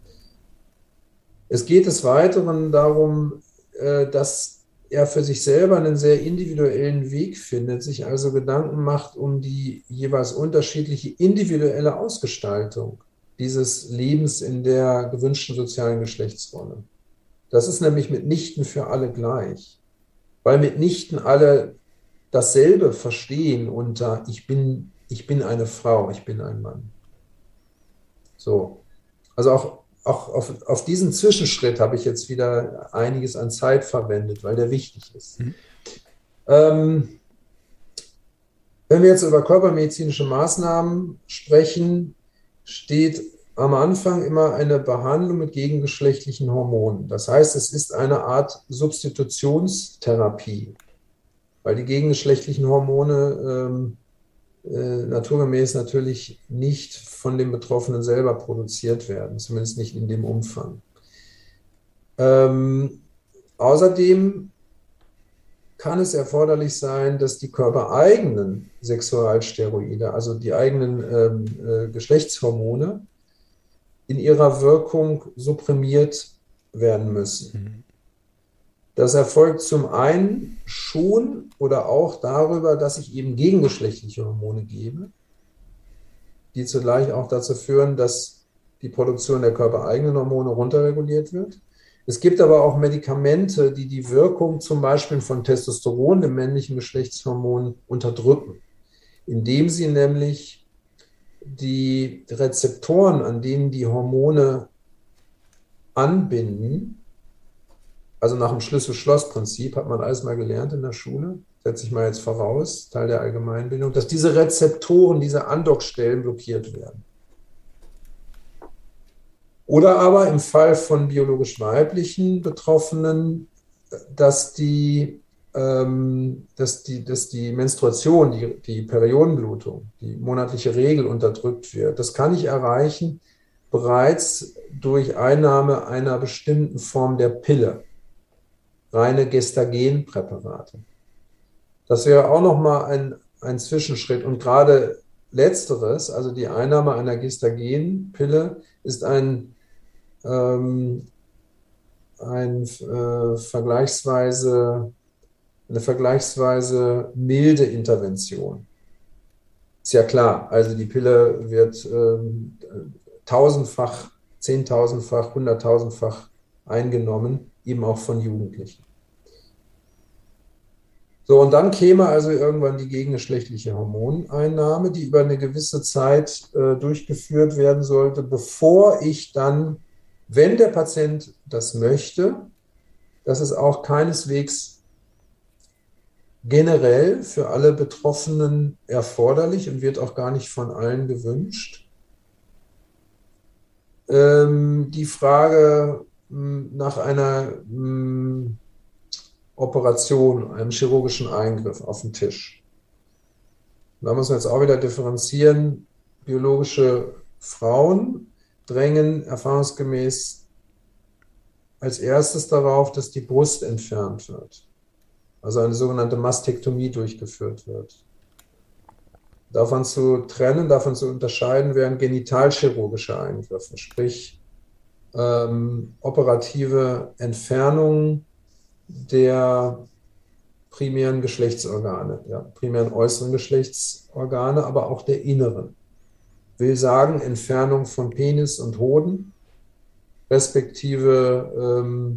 Es geht des Weiteren darum, dass er für sich selber einen sehr individuellen Weg findet, sich also Gedanken macht um die jeweils unterschiedliche individuelle Ausgestaltung dieses Lebens in der gewünschten sozialen Geschlechtsrolle. Das ist nämlich mitnichten für alle gleich, weil mitnichten alle dasselbe verstehen unter ich bin eine Frau, ich bin ein Mann. So, also auch auf diesen Zwischenschritt habe ich jetzt wieder einiges an Zeit verwendet, weil der wichtig ist. Wenn wir jetzt über körpermedizinische Maßnahmen sprechen, steht am Anfang immer eine Behandlung mit gegengeschlechtlichen Hormonen. Das heißt, es ist eine Art Substitutionstherapie, weil die gegengeschlechtlichen Hormone naturgemäß natürlich nicht von dem Betroffenen selber produziert werden, zumindest nicht in dem Umfang. Außerdem kann es erforderlich sein, dass die körpereigenen Sexualsteroide, also die eigenen Geschlechtshormone, in ihrer Wirkung supprimiert werden müssen. Das erfolgt zum einen schon oder auch darüber, dass ich eben gegengeschlechtliche Hormone gebe, die zugleich auch dazu führen, dass die Produktion der körpereigenen Hormone runterreguliert wird. Es gibt aber auch Medikamente, die die Wirkung zum Beispiel von Testosteron, dem männlichen Geschlechtshormon, unterdrücken, indem sie nämlich die Rezeptoren, an denen die Hormone anbinden, also nach dem Schlüssel-Schloss-Prinzip, hat man alles mal gelernt in der Schule, setze ich mal jetzt voraus, Teil der Allgemeinbildung, dass diese Rezeptoren, diese Andockstellen blockiert werden. Oder aber im Fall von biologisch weiblichen Betroffenen, dass die Menstruation, die Periodenblutung, die monatliche Regel unterdrückt wird. Das kann ich erreichen bereits durch Einnahme einer bestimmten Form der Pille, reine Gestagenpräparate. Das wäre auch nochmal ein Zwischenschritt. Und gerade letzteres, also die Einnahme einer Gestagenpille, ist eine vergleichsweise milde Intervention. Ist ja klar, also die Pille wird tausendfach, zehntausendfach, hunderttausendfach eingenommen, eben auch von Jugendlichen. So, und dann käme also irgendwann die gegengeschlechtliche Hormoneinnahme, die über eine gewisse Zeit durchgeführt werden sollte, bevor ich dann, wenn der Patient das möchte, das ist auch keineswegs generell für alle Betroffenen erforderlich und wird auch gar nicht von allen gewünscht. Die Frage nach einer Operation, einem chirurgischen Eingriff auf den Tisch. Da muss man jetzt auch wieder differenzieren. Biologische Frauen drängen erfahrungsgemäß als erstes darauf, dass die Brust entfernt wird. Also eine sogenannte Mastektomie durchgeführt wird. Davon zu trennen, davon zu unterscheiden wären genitalchirurgische Eingriffe, sprich operative Entfernung der primären Geschlechtsorgane, ja, primären äußeren Geschlechtsorgane, aber auch der inneren. Will sagen, Entfernung von Penis und Hoden, respektive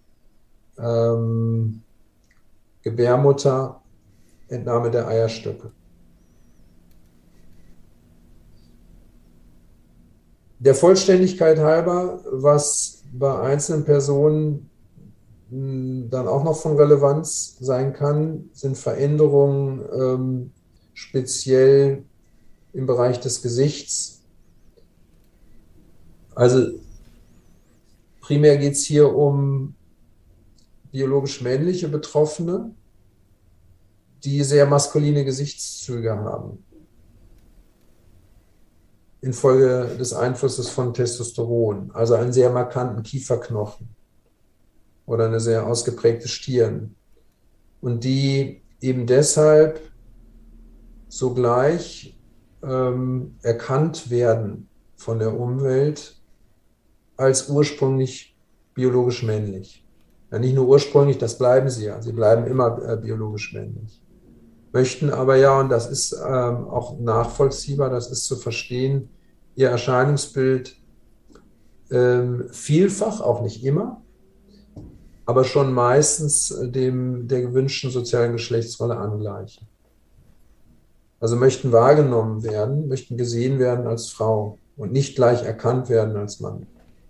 Gebärmutter, Entnahme der Eierstöcke. Der Vollständigkeit halber, was bei einzelnen Personen dann auch noch von Relevanz sein kann, sind Veränderungen speziell im Bereich des Gesichts. Also primär geht es hier um biologisch männliche Betroffene, die sehr maskuline Gesichtszüge haben, infolge des Einflusses von Testosteron, also einen sehr markanten Kieferknochen oder eine sehr ausgeprägte Stirn. Und die eben deshalb sogleich erkannt werden von der Umwelt als ursprünglich biologisch männlich. Ja, nicht nur ursprünglich, das bleiben sie ja, sie bleiben immer biologisch männlich. Möchten aber ja, und das ist auch nachvollziehbar, das ist zu verstehen, ihr Erscheinungsbild vielfach, auch nicht immer, aber schon meistens der gewünschten sozialen Geschlechtsrolle angleichen. Also möchten wahrgenommen werden, möchten gesehen werden als Frau und nicht gleich erkannt werden als Mann.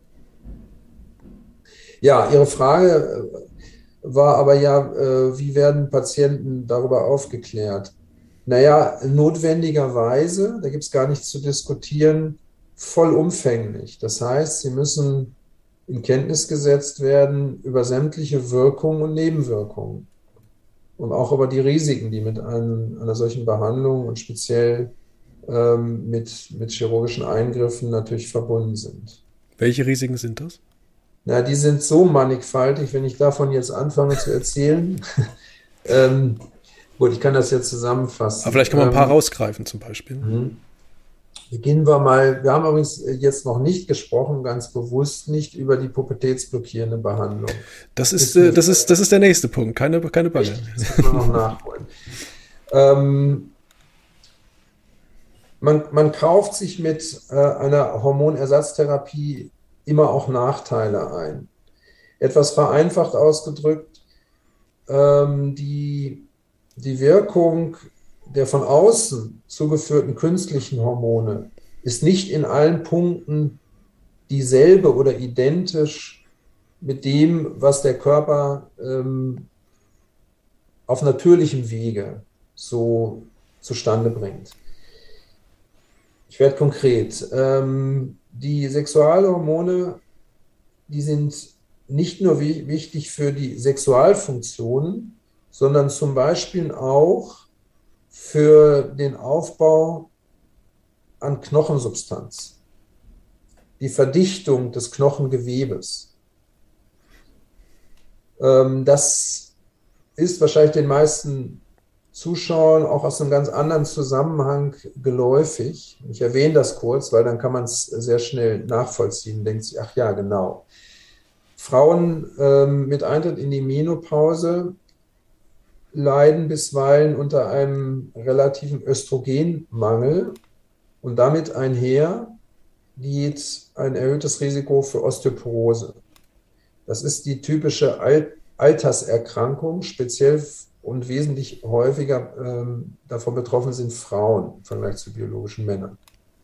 Ja, Ihre Frage war aber ja, wie werden Patienten darüber aufgeklärt? Naja, notwendigerweise, da gibt es gar nichts zu diskutieren, vollumfänglich. Das heißt, sie müssen in Kenntnis gesetzt werden über sämtliche Wirkungen und Nebenwirkungen und auch über die Risiken, die mit einer solchen Behandlung und speziell mit chirurgischen Eingriffen natürlich verbunden sind.
Welche Risiken sind das?
Na, die sind so mannigfaltig, wenn ich davon jetzt anfange zu erzählen. Gut, ich kann das jetzt zusammenfassen.
Aber vielleicht kann man ein paar rausgreifen zum Beispiel.
Beginnen wir mal, wir haben übrigens jetzt noch nicht gesprochen, ganz bewusst nicht, über die pubertätsblockierende Behandlung.
Das ist der nächste Punkt, keine Bange.
Das müssen wir noch nachholen. Man kauft sich mit einer Hormonersatztherapie immer auch Nachteile ein. Etwas vereinfacht ausgedrückt, die Wirkung der von außen zugeführten künstlichen Hormone ist nicht in allen Punkten dieselbe oder identisch mit dem, was der Körper auf natürlichem Wege so zustande bringt. Ich werde konkret. Die Sexualhormone, die sind nicht nur wichtig für die Sexualfunktionen, sondern zum Beispiel auch für den Aufbau an Knochensubstanz, die Verdichtung des Knochengewebes. Das ist wahrscheinlich den meisten Zuschauern auch aus einem ganz anderen Zusammenhang geläufig. Ich erwähne das kurz, weil dann kann man es sehr schnell nachvollziehen. Denkt sich, ach ja, genau. Frauen mit Eintritt in die Menopause leiden bisweilen unter einem relativen Östrogenmangel und damit einher geht ein erhöhtes Risiko für Osteoporose. Das ist die typische Alterserkrankung, speziell und wesentlich häufiger davon betroffen sind Frauen im Vergleich zu biologischen Männern.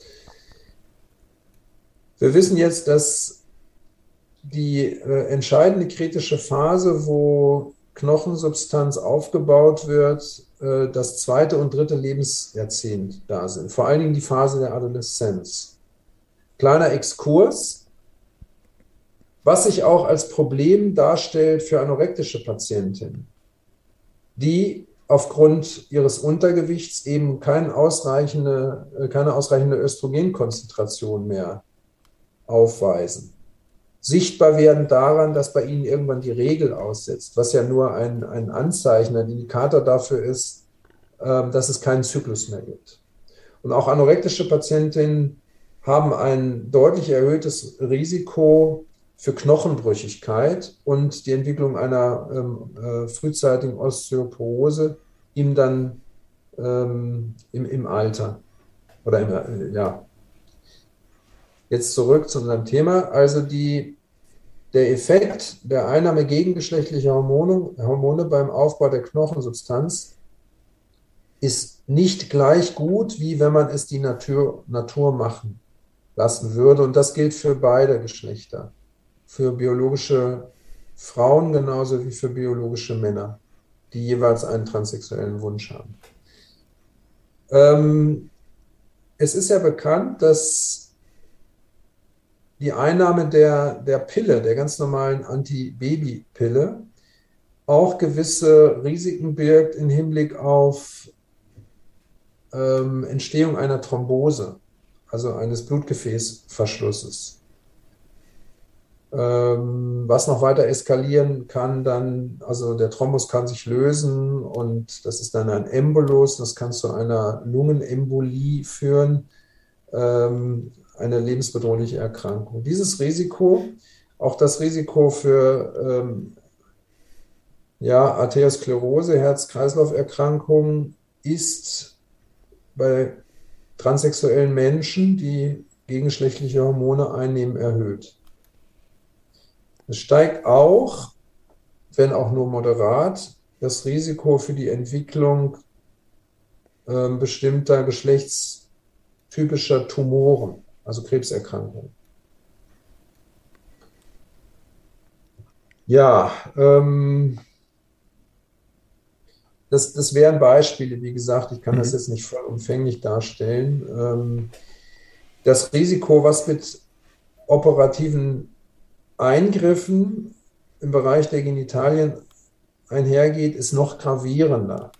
Wir wissen jetzt, dass die entscheidende kritische Phase, wo Knochensubstanz aufgebaut wird, das zweite und dritte Lebensjahrzehnt da sind. Vor allen Dingen die Phase der Adoleszenz. Kleiner Exkurs, was sich auch als Problem darstellt für anorektische Patientinnen, die aufgrund ihres Untergewichts eben keine ausreichende Östrogenkonzentration mehr aufweisen. Sichtbar werden daran, dass bei ihnen irgendwann die Regel aussetzt, was ja nur ein Anzeichen, ein Indikator dafür ist, dass es keinen Zyklus mehr gibt. Und auch anorektische Patientinnen haben ein deutlich erhöhtes Risiko für Knochenbrüchigkeit und die Entwicklung einer frühzeitigen Osteoporose im Alter. Ja. Jetzt zurück zu unserem Thema. Also der Effekt der Einnahme gegengeschlechtlicher Hormone beim Aufbau der Knochensubstanz ist nicht gleich gut, wie wenn man es die Natur machen lassen würde. Und das gilt für beide Geschlechter. Für biologische Frauen genauso wie für biologische Männer, die jeweils einen transsexuellen Wunsch haben. Es ist ja bekannt, dass die Einnahme der Pille, der ganz normalen Antibabypille, auch gewisse Risiken birgt im Hinblick auf Entstehung einer Thrombose, also eines Blutgefäßverschlusses. Was noch weiter eskalieren kann, dann, also der Thrombus kann sich lösen und das ist dann ein Embolus, das kann zu einer Lungenembolie führen, eine lebensbedrohliche Erkrankung. Dieses Risiko, auch das Risiko für Arteriosklerose, Herz-Kreislauf-Erkrankungen, ist bei transsexuellen Menschen, die gegengeschlechtliche Hormone einnehmen, erhöht. Es steigt auch, wenn auch nur moderat, das Risiko für die Entwicklung bestimmter geschlechtstypischer Tumoren, also Krebserkrankungen. Ja, das wären Beispiele, wie gesagt, ich kann das jetzt nicht vollumfänglich darstellen. Das Risiko, was mit operativen Eingriffen im Bereich der Genitalien einhergeht, ist noch gravierender.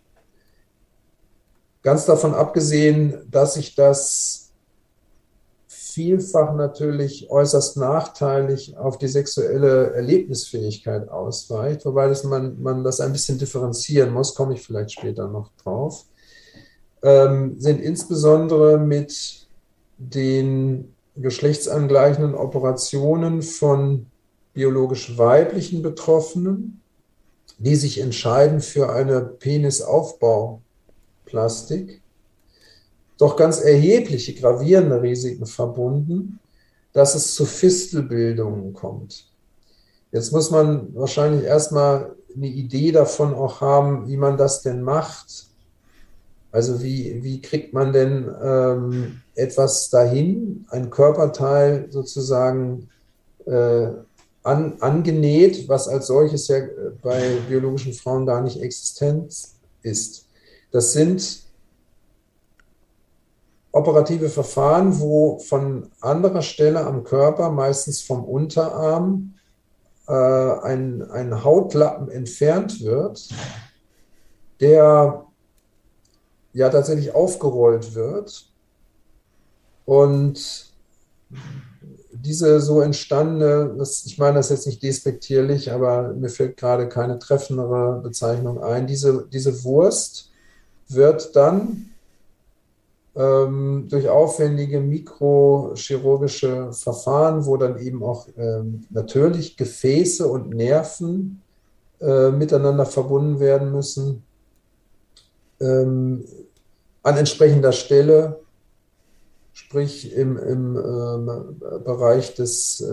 Ganz davon abgesehen, dass sich das vielfach natürlich äußerst nachteilig auf die sexuelle Erlebnisfähigkeit ausweicht, wobei man das ein bisschen differenzieren muss, komme ich vielleicht später noch drauf, sind insbesondere mit den geschlechtsangleichenden Operationen von biologisch weiblichen Betroffenen, die sich entscheiden für eine Penisaufbauplastik, doch ganz erhebliche, gravierende Risiken verbunden, dass es zu Fistelbildungen kommt. Jetzt muss man wahrscheinlich erstmal eine Idee davon auch haben, wie man das denn macht. Also wie kriegt man denn etwas dahin, ein Körperteil sozusagen angenäht, was als solches ja bei biologischen Frauen gar nicht existent ist. Das sind operative Verfahren, wo von anderer Stelle am Körper, meistens vom Unterarm, ein Hautlappen entfernt wird, der ja tatsächlich aufgerollt wird. Und diese so entstandene, ich meine das jetzt nicht despektierlich, aber mir fällt gerade keine treffendere Bezeichnung ein, diese Wurst wird dann durch aufwendige mikrochirurgische Verfahren, wo dann eben auch natürlich Gefäße und Nerven miteinander verbunden werden müssen, an entsprechender Stelle, sprich im Bereich des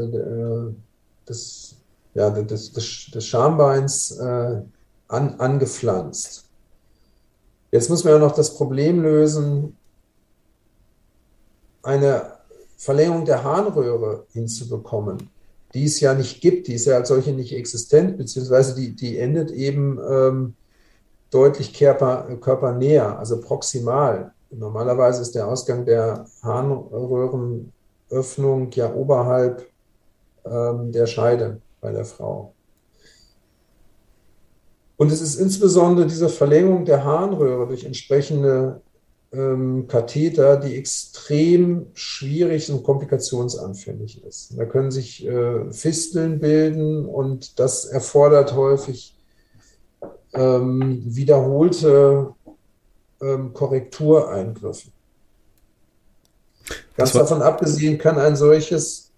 Schambeins angepflanzt. Jetzt muss man ja noch das Problem lösen, eine Verlängerung der Harnröhre hinzubekommen, die es ja nicht gibt, die ist ja als solche nicht existent, beziehungsweise die endet eben deutlich körpernäher, also proximal. Normalerweise ist der Ausgang der Harnröhrenöffnung ja oberhalb der Scheide bei der Frau. Und es ist insbesondere diese Verlängerung der Harnröhre durch entsprechende Katheter, die extrem schwierig und komplikationsanfällig ist. Da können sich Fisteln bilden und das erfordert häufig wiederholte Korrektureingriffe. Ganz davon abgesehen kann ein solches,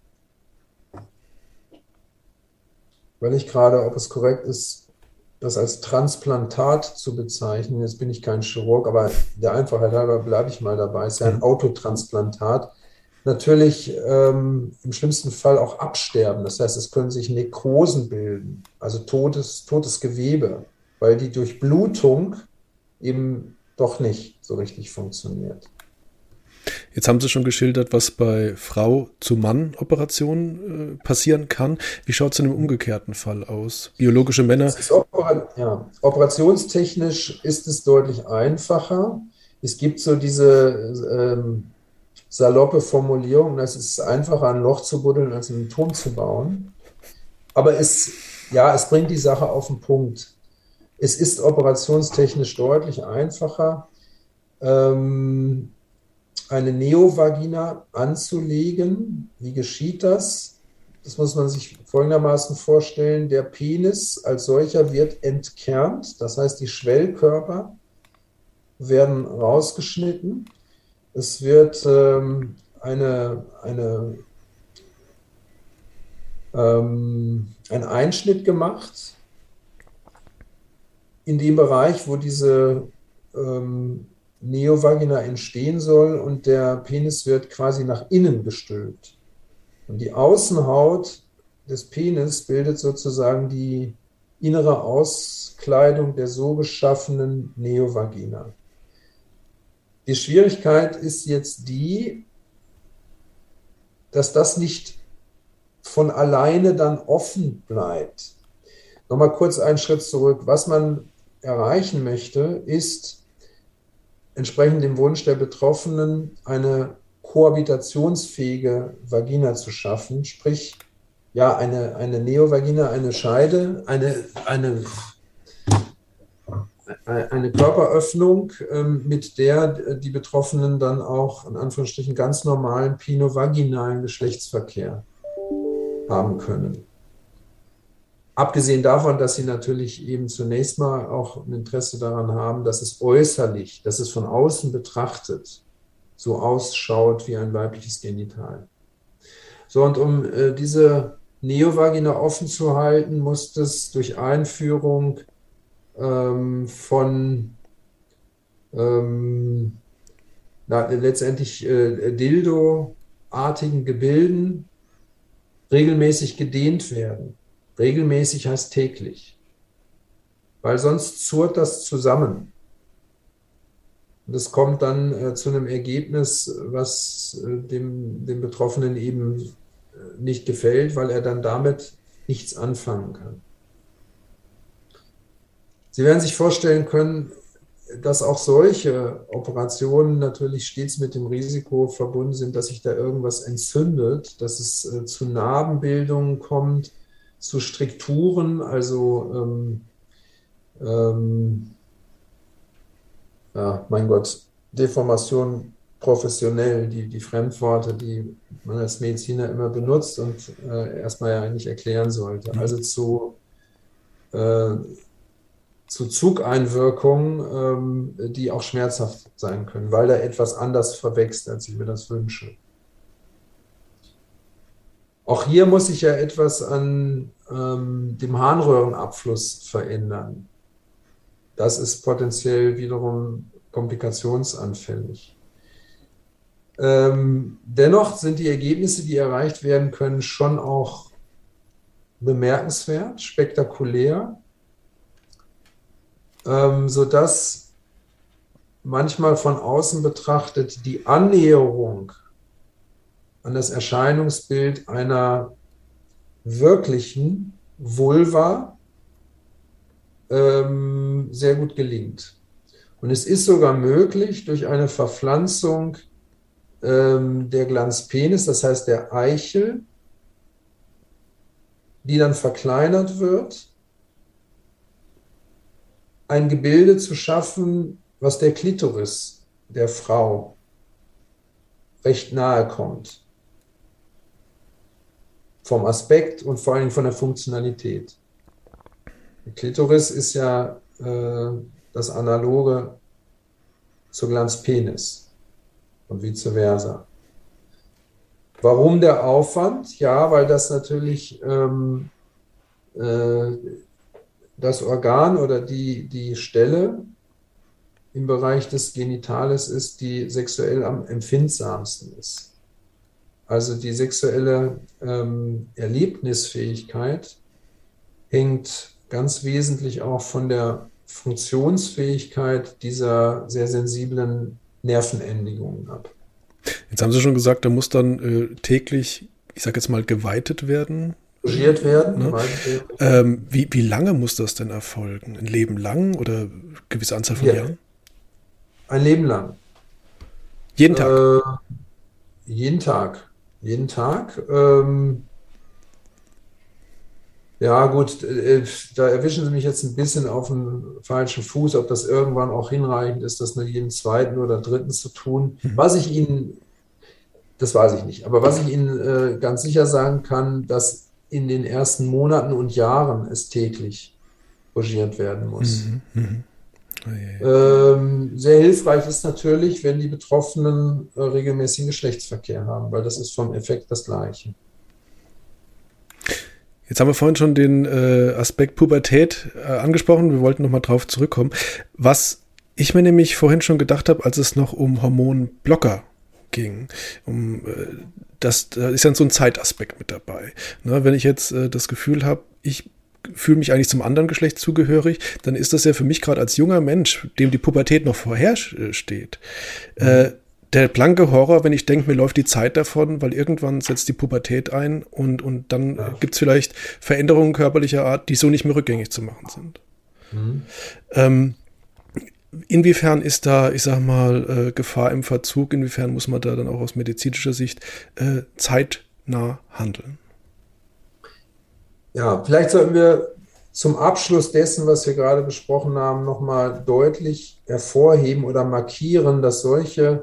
weil ich gerade, ob es korrekt ist, das als Transplantat zu bezeichnen. Jetzt bin ich kein Chirurg, aber der Einfachheit halber bleibe ich mal dabei. Es ist ja ein Autotransplantat. Natürlich im schlimmsten Fall auch absterben. Das heißt, es können sich Nekrosen bilden, also totes Gewebe, weil die Durchblutung eben doch nicht so richtig funktioniert.
Jetzt haben Sie schon geschildert, was bei Frau-zu-Mann-Operationen passieren kann. Wie schaut es in einem umgekehrten Fall aus? Biologische Männer?
Operationstechnisch ist es deutlich einfacher. Es gibt so diese saloppe Formulierung, dass es ist einfacher, ein Loch zu buddeln, als einen Turm zu bauen. Aber es bringt die Sache auf den Punkt. Es ist operationstechnisch deutlich einfacher, eine Neovagina anzulegen. Wie geschieht das? Das muss man sich folgendermaßen vorstellen. Der Penis als solcher wird entkernt. Das heißt, die Schwellkörper werden rausgeschnitten. Es wird ein Einschnitt gemacht in dem Bereich, wo diese Neovagina entstehen soll, und der Penis wird quasi nach innen gestülpt. Und die Außenhaut des Penis bildet sozusagen die innere Auskleidung der so geschaffenen Neovagina. Die Schwierigkeit ist jetzt die, dass das nicht von alleine dann offen bleibt. Nochmal kurz einen Schritt zurück. Was man erreichen möchte, ist, entsprechend dem Wunsch der Betroffenen, eine kohabitationsfähige Vagina zu schaffen, sprich, ja, eine Neovagina, eine Scheide, eine Körperöffnung, mit der die Betroffenen dann auch in Anführungsstrichen ganz normalen pinovaginalen Geschlechtsverkehr haben können. Abgesehen davon, dass sie natürlich eben zunächst mal auch ein Interesse daran haben, dass es äußerlich, dass es von außen betrachtet so ausschaut wie ein weibliches Genital. So, und um diese Neovagina offen zu halten, muss es durch Einführung von letztendlich Dildo-artigen Gebilden regelmäßig gedehnt werden. Regelmäßig heißt täglich, weil sonst zurrt das zusammen. Und es kommt dann zu einem Ergebnis, was dem Betroffenen eben nicht gefällt, weil er dann damit nichts anfangen kann. Sie werden sich vorstellen können, dass auch solche Operationen natürlich stets mit dem Risiko verbunden sind, dass sich da irgendwas entzündet, dass es zu Narbenbildungen kommt, zu Strikturen, also ja, mein Gott, Deformation professionell, die Fremdworte, die man als Mediziner immer benutzt und erstmal ja eigentlich erklären sollte. Also äh, zu Zugeinwirkungen, die auch schmerzhaft sein können, weil da etwas anders verwächst, als ich mir das wünsche. Auch hier muss sich ja etwas an dem Harnröhrenabfluss verändern. Das ist potenziell wiederum komplikationsanfällig. Dennoch sind die Ergebnisse, die erreicht werden können, schon auch bemerkenswert, spektakulär, sodass manchmal von außen betrachtet die Annäherung an das Erscheinungsbild einer wirklichen Vulva sehr gut gelingt. Und es ist sogar möglich, durch eine Verpflanzung der Glans penis, das heißt der Eichel, die dann verkleinert wird, ein Gebilde zu schaffen, was der Klitoris der Frau recht nahe kommt. Vom Aspekt und vor allem von der Funktionalität. Die Klitoris ist ja das Analoge zur Glans penis und vice versa. Warum der Aufwand? Ja, weil das natürlich das Organ oder die Stelle im Bereich des Genitales ist, die sexuell am empfindsamsten ist. Also die sexuelle Erlebnisfähigkeit hängt ganz wesentlich auch von der Funktionsfähigkeit dieser sehr sensiblen Nervenendigungen ab.
Jetzt haben Sie schon gesagt, da muss dann täglich, ich sage jetzt mal, geweitet werden.
Dosiert werden.
Ne? Wie lange muss das denn erfolgen? Ein Leben lang oder eine gewisse Anzahl von Jahren?
Ein Leben lang.
Jeden Tag?
Jeden Tag. Jeden Tag. Ja gut, da erwischen Sie mich jetzt ein bisschen auf den falschen Fuß, ob das irgendwann auch hinreichend ist, das nur jeden zweiten oder dritten zu tun. Was ich Ihnen, das weiß ich nicht, aber was ich Ihnen ganz sicher sagen kann, dass in den ersten Monaten und Jahren es täglich rogiert werden muss. Sehr hilfreich ist natürlich, wenn die Betroffenen regelmäßigen Geschlechtsverkehr haben, weil das ist vom Effekt das Gleiche.
Jetzt haben wir vorhin schon den Aspekt Pubertät angesprochen. Wir wollten nochmal drauf zurückkommen. Was ich mir nämlich vorhin schon gedacht habe, als es noch um Hormonblocker ging, da ist ja so ein Zeitaspekt mit dabei. Ne, wenn ich jetzt das Gefühl habe, ich fühle mich eigentlich zum anderen Geschlecht zugehörig, dann ist das ja für mich gerade als junger Mensch, dem die Pubertät noch vorhersteht, der blanke Horror, wenn ich denke, mir läuft die Zeit davon, weil irgendwann setzt die Pubertät ein und dann gibt es vielleicht Veränderungen körperlicher Art, die so nicht mehr rückgängig zu machen sind. Inwiefern ist da, ich sag mal, Gefahr im Verzug? Inwiefern muss man da dann auch aus medizinischer Sicht zeitnah handeln?
Ja, vielleicht sollten wir zum Abschluss dessen, was wir gerade besprochen haben, nochmal deutlich hervorheben oder markieren, dass solche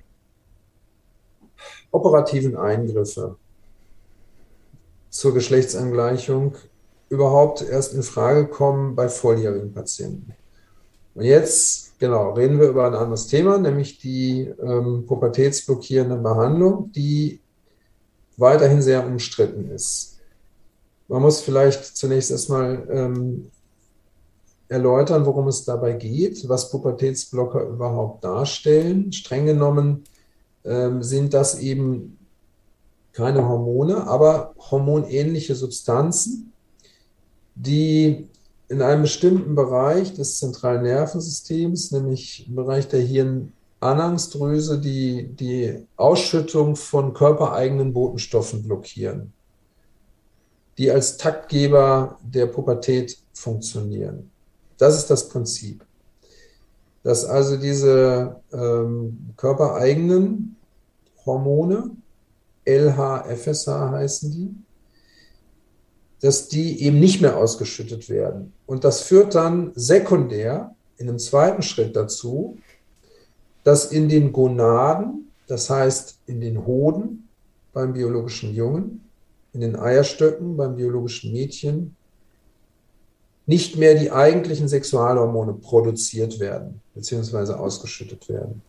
operativen Eingriffe zur Geschlechtsangleichung überhaupt erst in Frage kommen bei volljährigen Patienten. Und jetzt, genau, reden wir über ein anderes Thema, nämlich die pubertätsblockierende Behandlung, die weiterhin sehr umstritten ist. Man muss vielleicht zunächst erstmal erläutern, worum es dabei geht, was Pubertätsblocker überhaupt darstellen. Streng genommen sind das eben keine Hormone, aber hormonähnliche Substanzen, die in einem bestimmten Bereich des zentralen Nervensystems, nämlich im Bereich der Hirnanhangsdrüse, die Ausschüttung von körpereigenen Botenstoffen blockieren, die als Taktgeber der Pubertät funktionieren. Das ist das Prinzip. dass also diese körpereigenen Hormone, LH, FSH heißen die, dass die eben nicht mehr ausgeschüttet werden. Und das führt dann sekundär in einem zweiten Schritt dazu, dass in den Gonaden, das heißt in den Hoden beim biologischen Jungen, in den Eierstöcken beim biologischen Mädchen, nicht mehr die eigentlichen Sexualhormone produziert werden, beziehungsweise ausgeschüttet werden.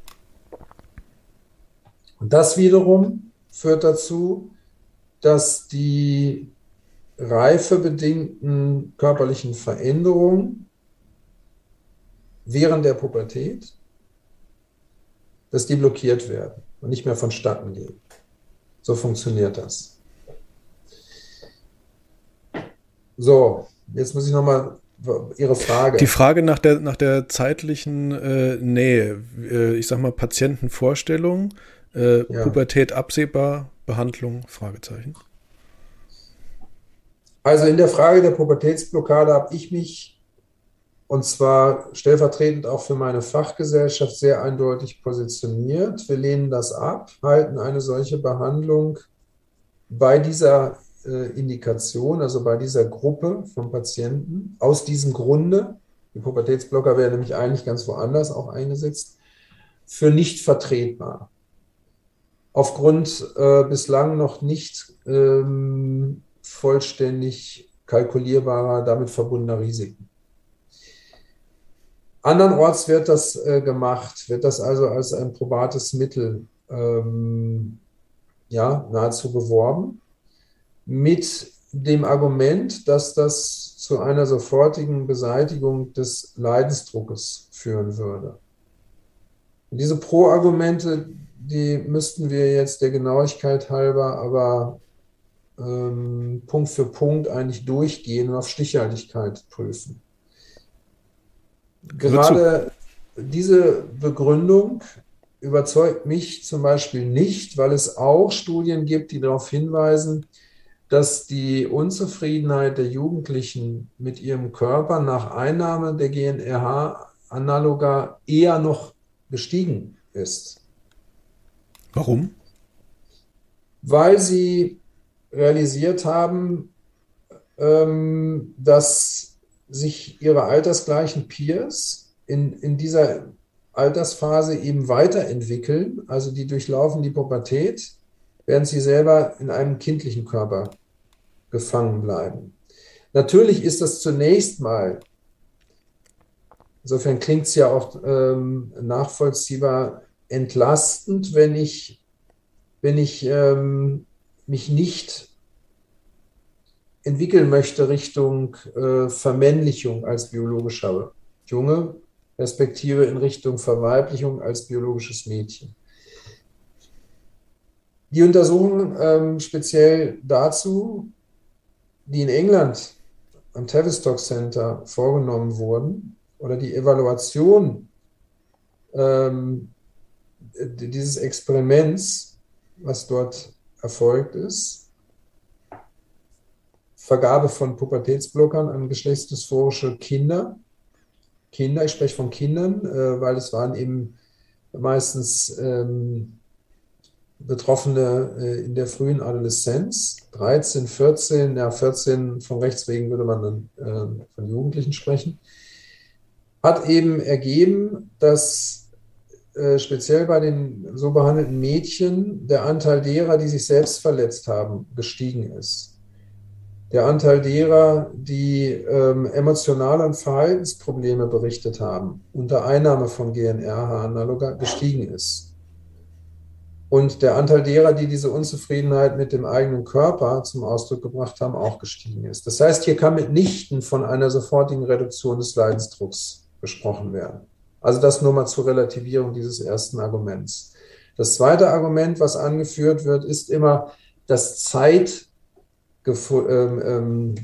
Und das wiederum führt dazu, dass die reifebedingten körperlichen Veränderungen während der Pubertät, dass die blockiert werden und nicht mehr vonstatten gehen. So funktioniert das. So, jetzt muss ich nochmal Ihre Frage.
Die Frage nach der zeitlichen Nähe, ich sag mal Patientenvorstellung,
Ja.
Pubertät absehbar, Behandlung, Fragezeichen.
Also in der Frage der Pubertätsblockade habe ich mich, und zwar stellvertretend auch für meine Fachgesellschaft, sehr eindeutig positioniert. Wir lehnen das ab, halten eine solche Behandlung bei dieser Indikation, also bei dieser Gruppe von Patienten, aus diesem Grunde, die Pubertätsblocker werden nämlich eigentlich ganz woanders auch eingesetzt, für nicht vertretbar. Aufgrund bislang noch nicht vollständig kalkulierbarer, damit verbundener Risiken. Andernorts wird das gemacht, wird das also als ein probates Mittel nahezu beworben, mit dem Argument, dass das zu einer sofortigen Beseitigung des Leidensdruckes führen würde. Und diese Pro-Argumente, die müssten wir jetzt der Genauigkeit halber aber Punkt für Punkt eigentlich durchgehen und auf Stichhaltigkeit prüfen. Gerade diese Begründung überzeugt mich zum Beispiel nicht, weil es auch Studien gibt, die darauf hinweisen, dass die Unzufriedenheit der Jugendlichen mit ihrem Körper nach Einnahme der GnRH-Analoga eher noch gestiegen ist.
Warum?
Weil sie realisiert haben, dass sich ihre altersgleichen Peers in dieser Altersphase eben weiterentwickeln, also die durchlaufen die Pubertät, während sie selber in einem kindlichen Körper gefangen bleiben. Natürlich ist das zunächst mal, insofern klingt es ja auch nachvollziehbar, entlastend, wenn ich mich nicht entwickeln möchte Richtung Vermännlichung als biologischer Junge, respektive in Richtung Verweiblichung als biologisches Mädchen. Die Untersuchungen speziell dazu, die in England am Tavistock Center vorgenommen wurden, oder die Evaluation dieses Experiments, was dort erfolgt ist, Vergabe von Pubertätsblockern an geschlechtsdysphorische Kinder, ich spreche von Kindern, weil es waren eben meistens Betroffene in der frühen Adoleszenz, 13, 14, 14 von Rechts wegen würde man dann von Jugendlichen sprechen, hat eben ergeben, dass speziell bei den so behandelten Mädchen der Anteil derer, die sich selbst verletzt haben, gestiegen ist. Der Anteil derer, die emotionale und Verhaltensprobleme berichtet haben, unter Einnahme von GnRH-Analoga gestiegen ist. Und der Anteil derer, die diese Unzufriedenheit mit dem eigenen Körper zum Ausdruck gebracht haben, auch gestiegen ist. Das heißt, hier kann mitnichten von einer sofortigen Reduktion des Leidensdrucks gesprochen werden. Also das nur mal zur Relativierung dieses ersten Arguments. Das zweite Argument, was angeführt wird, ist immer, dass Zeit gewonnen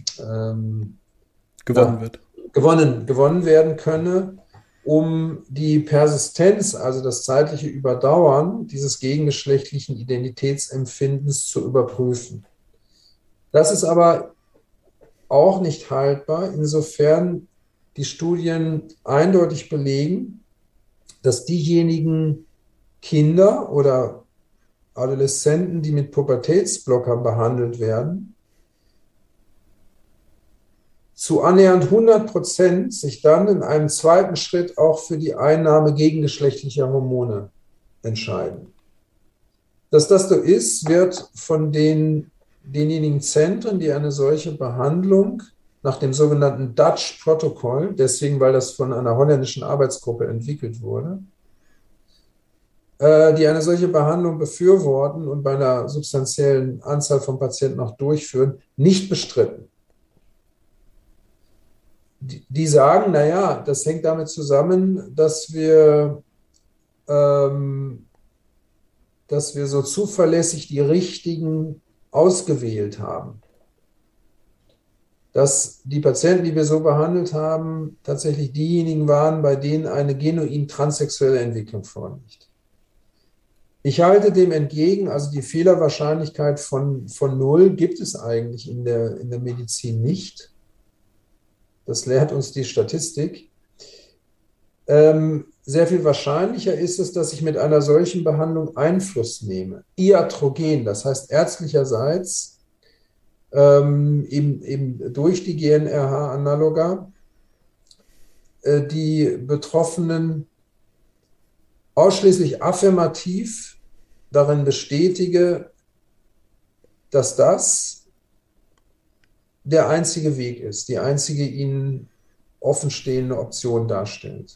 werden könne, um die Persistenz, also das zeitliche Überdauern dieses gegengeschlechtlichen Identitätsempfindens zu überprüfen. Das ist aber auch nicht haltbar, insofern die Studien eindeutig belegen, dass diejenigen Kinder oder Adoleszenten, die mit Pubertätsblockern behandelt werden, zu annähernd 100% sich dann in einem zweiten Schritt auch für die Einnahme gegengeschlechtlicher Hormone entscheiden. Dass das so ist, wird von denjenigen Zentren, die eine solche Behandlung nach dem sogenannten Dutch Protocol, deswegen weil das von einer holländischen Arbeitsgruppe entwickelt wurde, die eine solche Behandlung befürworten und bei einer substanziellen Anzahl von Patienten auch durchführen, nicht bestritten. Die sagen, naja, das hängt damit zusammen, dass wir so zuverlässig die richtigen ausgewählt haben. Dass die Patienten, die wir so behandelt haben, tatsächlich diejenigen waren, bei denen eine genuin transsexuelle Entwicklung vorliegt. Ich halte dem entgegen, also die Fehlerwahrscheinlichkeit von 0 gibt es eigentlich in der Medizin nicht. Das lehrt uns die Statistik. Sehr viel wahrscheinlicher ist es, dass ich mit einer solchen Behandlung Einfluss nehme. Iatrogen, das heißt ärztlicherseits, eben durch die GNRH-Analoga, die Betroffenen ausschließlich affirmativ darin bestätige, dass das der einzige Weg ist, die einzige ihnen offenstehende Option darstellt.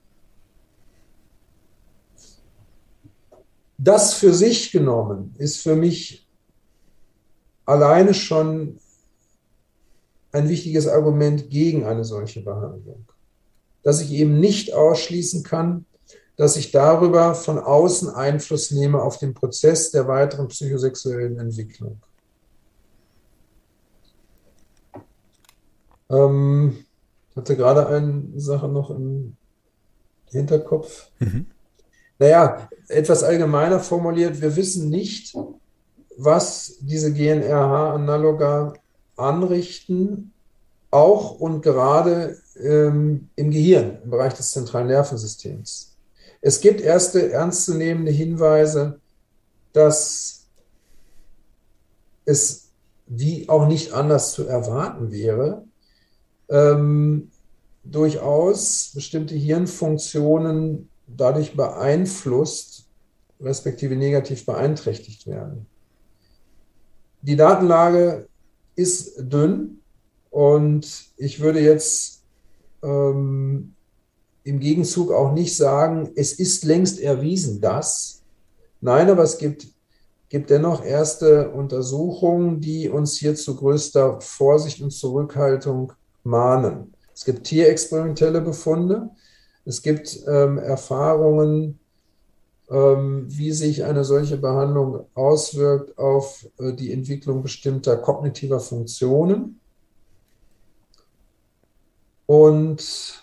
Das für sich genommen ist für mich alleine schon ein wichtiges Argument gegen eine solche Behandlung. Dass ich eben nicht ausschließen kann, dass ich darüber von außen Einfluss nehme auf den Prozess der weiteren psychosexuellen Entwicklung. Ich hatte gerade eine Sache noch im Hinterkopf. Naja, etwas allgemeiner formuliert, wir wissen nicht, was diese GNRH-Analoga anrichten, auch und gerade im Gehirn, im Bereich des zentralen Nervensystems. Es gibt erste ernstzunehmende Hinweise, dass es, wie auch nicht anders zu erwarten wäre, durchaus bestimmte Hirnfunktionen dadurch beeinflusst, respektive negativ beeinträchtigt werden. Die Datenlage ist dünn und ich würde jetzt im Gegenzug auch nicht sagen, es ist längst erwiesen, dass. Nein, aber es gibt dennoch erste Untersuchungen, die uns hier zu größter Vorsicht und Zurückhaltung mahnen. Es gibt tierexperimentelle Befunde, es gibt Erfahrungen, wie sich eine solche Behandlung auswirkt auf die Entwicklung bestimmter kognitiver Funktionen. Und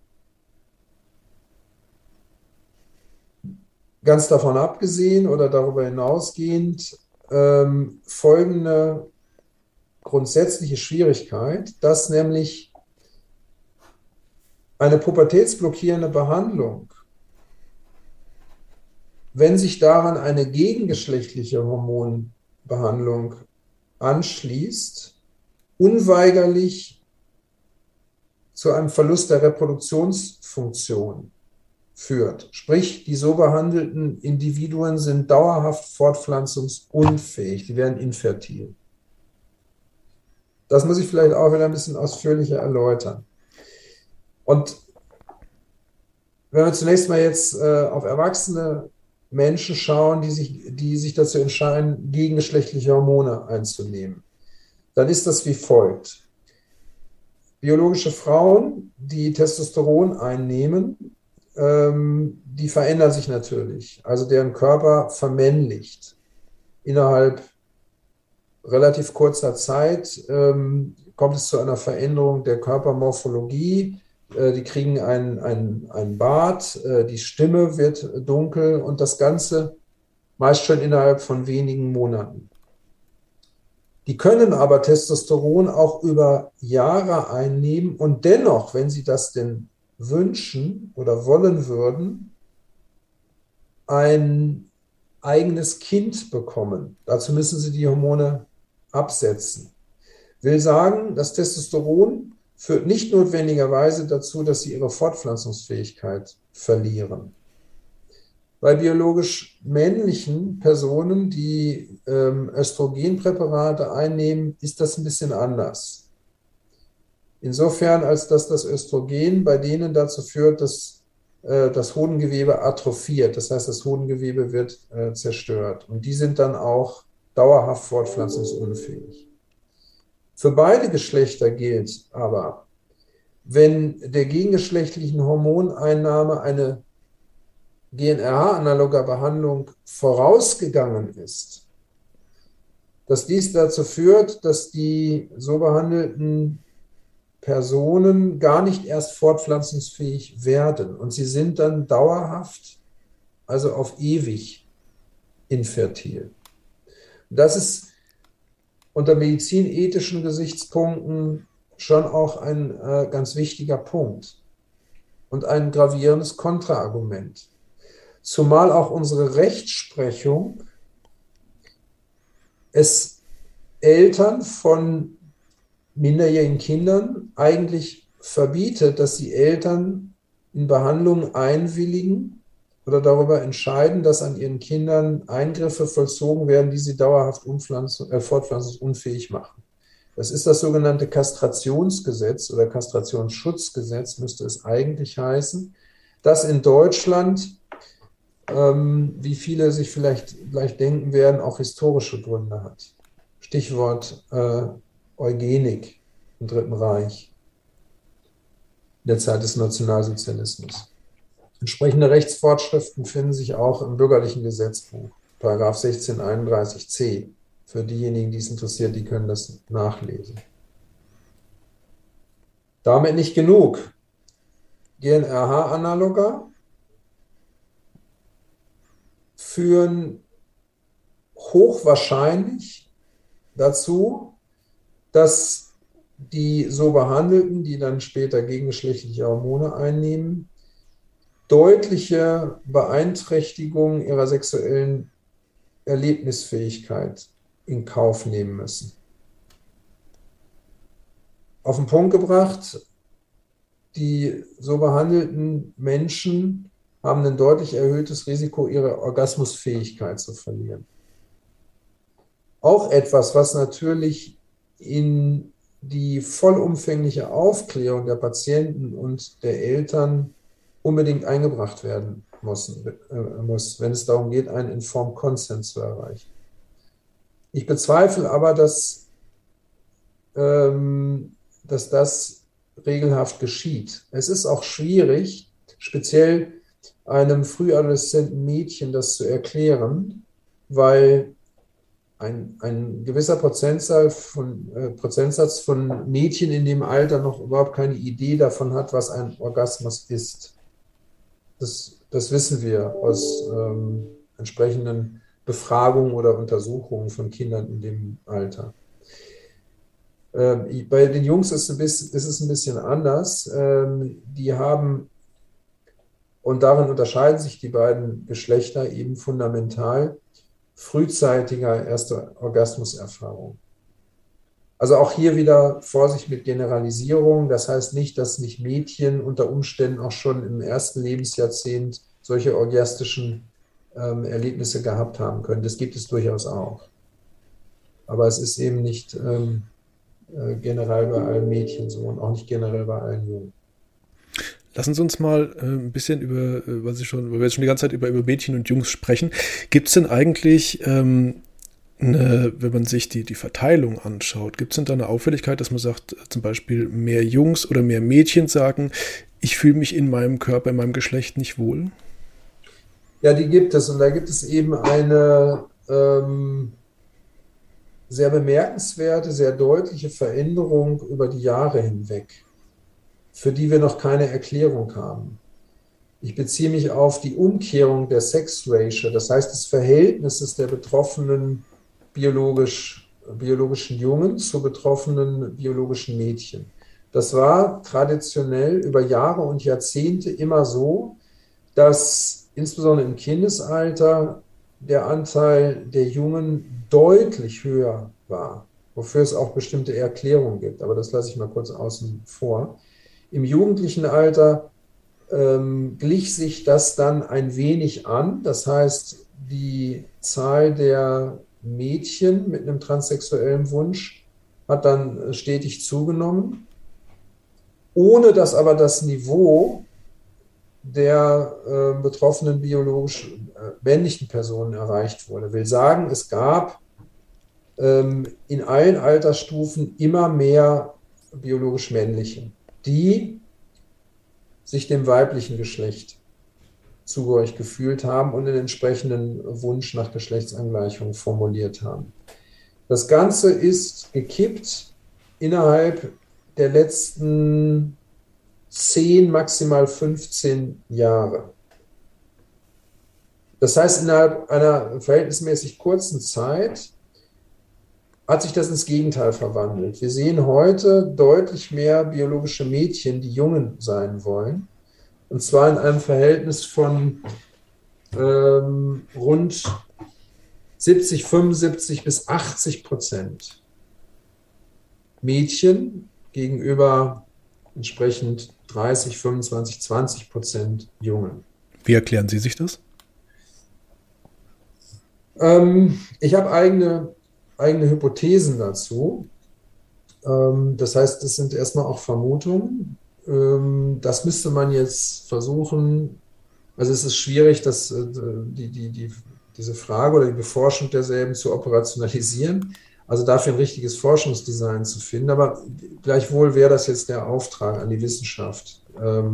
ganz davon abgesehen oder darüber hinausgehend folgende grundsätzliche Schwierigkeit, dass nämlich eine pubertätsblockierende Behandlung, wenn sich daran eine gegengeschlechtliche Hormonbehandlung anschließt, unweigerlich zu einem Verlust der Reproduktionsfunktion führt. Sprich, die so behandelten Individuen sind dauerhaft fortpflanzungsunfähig, die werden infertil. Das muss ich vielleicht auch wieder ein bisschen ausführlicher erläutern. Und wenn wir zunächst mal jetzt auf erwachsene Menschen schauen, die sich dazu entscheiden, gegengeschlechtliche Hormone einzunehmen, dann ist das wie folgt. Biologische Frauen, die Testosteron einnehmen, die verändern sich natürlich. Also deren Körper vermännlicht. Innerhalb relativ kurzer Zeit kommt es zu einer Veränderung der Körpermorphologie. Die kriegen einen Bart, die Stimme wird dunkel und das Ganze meist schon innerhalb von wenigen Monaten. Die können aber Testosteron auch über Jahre einnehmen und dennoch, wenn sie das denn wünschen oder wollen würden, ein eigenes Kind bekommen. Dazu müssen sie die Hormone absetzen. Will sagen, das Testosteron führt nicht notwendigerweise dazu, dass sie ihre Fortpflanzungsfähigkeit verlieren. Bei biologisch männlichen Personen, die Östrogenpräparate einnehmen, ist das ein bisschen anders. Insofern, als dass das Östrogen bei denen dazu führt, dass das Hodengewebe atrophiert. Das heißt, das Hodengewebe wird zerstört. Und die sind dann auch dauerhaft fortpflanzungsunfähig. Für beide Geschlechter gilt aber, wenn der gegengeschlechtlichen Hormoneinnahme eine GnRH-analoger Behandlung vorausgegangen ist, dass dies dazu führt, dass die so behandelten Personen gar nicht erst fortpflanzungsfähig werden. Und sie sind dann dauerhaft, also auf ewig, infertil. Das ist unter medizinethischen Gesichtspunkten schon auch ein ganz wichtiger Punkt und ein gravierendes Kontraargument. Zumal auch unsere Rechtsprechung es Eltern von minderjährigen Kindern eigentlich verbietet, dass die Eltern in Behandlungen einwilligen oder darüber entscheiden, dass an ihren Kindern Eingriffe vollzogen werden, die sie dauerhaft fortpflanzungsunfähig machen. Das ist das sogenannte Kastrationsgesetz oder Kastrationsschutzgesetz, müsste es eigentlich heißen, das in Deutschland, wie viele sich vielleicht gleich denken werden, auch historische Gründe hat. Stichwort Eugenik im Dritten Reich, in der Zeit des Nationalsozialismus. Entsprechende Rechtsvorschriften finden sich auch im bürgerlichen Gesetzbuch, Paragraph 1631c. Für diejenigen, die es interessiert, die können das nachlesen. Damit nicht genug. GnRH-Analoga führen hochwahrscheinlich dazu, dass die so Behandelten, die dann später gegengeschlechtliche Hormone einnehmen, deutliche Beeinträchtigungen ihrer sexuellen Erlebnisfähigkeit in Kauf nehmen müssen. Auf den Punkt gebracht, die so behandelten Menschen haben ein deutlich erhöhtes Risiko, ihre Orgasmusfähigkeit zu verlieren. Auch etwas, was natürlich in die vollumfängliche Aufklärung der Patienten und der Eltern unbedingt eingebracht werden muss, wenn es darum geht, einen Informed Consent zu erreichen. Ich bezweifle aber, dass das regelhaft geschieht. Es ist auch schwierig, speziell einem frühadoleszenten Mädchen das zu erklären, weil ein gewisser Prozentsatz von Mädchen in dem Alter noch überhaupt keine Idee davon hat, was ein Orgasmus ist. Das wissen wir aus entsprechenden Befragungen oder Untersuchungen von Kindern in dem Alter. Bei den Jungs ist es ein bisschen anders. Die haben, und darin unterscheiden sich die beiden Geschlechter eben fundamental, frühzeitiger erste Orgasmuserfahrung. Also auch hier wieder Vorsicht mit Generalisierung. Das heißt nicht, dass nicht Mädchen unter Umständen auch schon im ersten Lebensjahrzehnt solche orgiastischen Erlebnisse gehabt haben können. Das gibt es durchaus auch. Aber es ist eben nicht generell bei allen Mädchen so und auch nicht generell bei allen Jungen.
Lassen Sie uns mal ein bisschen weil wir jetzt schon die ganze Zeit über Mädchen und Jungs sprechen. Gibt es denn eigentlich, wenn man sich die Verteilung anschaut, gibt es denn da eine Auffälligkeit, dass man sagt, zum Beispiel mehr Jungs oder mehr Mädchen sagen, ich fühle mich in meinem Körper, in meinem Geschlecht nicht wohl?
Ja, die gibt es. Und da gibt es eben eine sehr bemerkenswerte, sehr deutliche Veränderung über die Jahre hinweg, für die wir noch keine Erklärung haben. Ich beziehe mich auf die Umkehrung der Sex-Ratio, das heißt des Verhältnisses der betroffenen biologischen Jungen zu betroffenen biologischen Mädchen. Das war traditionell über Jahre und Jahrzehnte immer so, dass insbesondere im Kindesalter der Anteil der Jungen deutlich höher war, wofür es auch bestimmte Erklärungen gibt, aber das lasse ich mal kurz außen vor. Im jugendlichen Alter glich sich das dann ein wenig an. Das heißt, die Zahl der Mädchen mit einem transsexuellen Wunsch hat dann stetig zugenommen, ohne dass aber das Niveau der betroffenen biologisch männlichen Personen erreicht wurde. Will sagen, es gab in allen Altersstufen immer mehr biologisch männliche, die sich dem weiblichen Geschlecht zugehörig gefühlt haben und den entsprechenden Wunsch nach Geschlechtsangleichung formuliert haben. Das Ganze ist gekippt innerhalb der letzten 10, maximal 15 Jahre. Das heißt, innerhalb einer verhältnismäßig kurzen Zeit hat sich das ins Gegenteil verwandelt. Wir sehen heute deutlich mehr biologische Mädchen, die Jungen sein wollen. Und zwar in einem Verhältnis von rund 70, 75 bis 80% Mädchen gegenüber entsprechend 30, 25, 20% Jungen.
Wie erklären Sie sich das?
Ich habe eigene Hypothesen dazu. Das heißt, das sind erstmal auch Vermutungen. Das müsste man jetzt versuchen. Also es ist schwierig, diese Frage oder die Beforschung derselben zu operationalisieren. Also dafür ein richtiges Forschungsdesign zu finden. Aber gleichwohl wäre das jetzt der Auftrag an die Wissenschaft. Da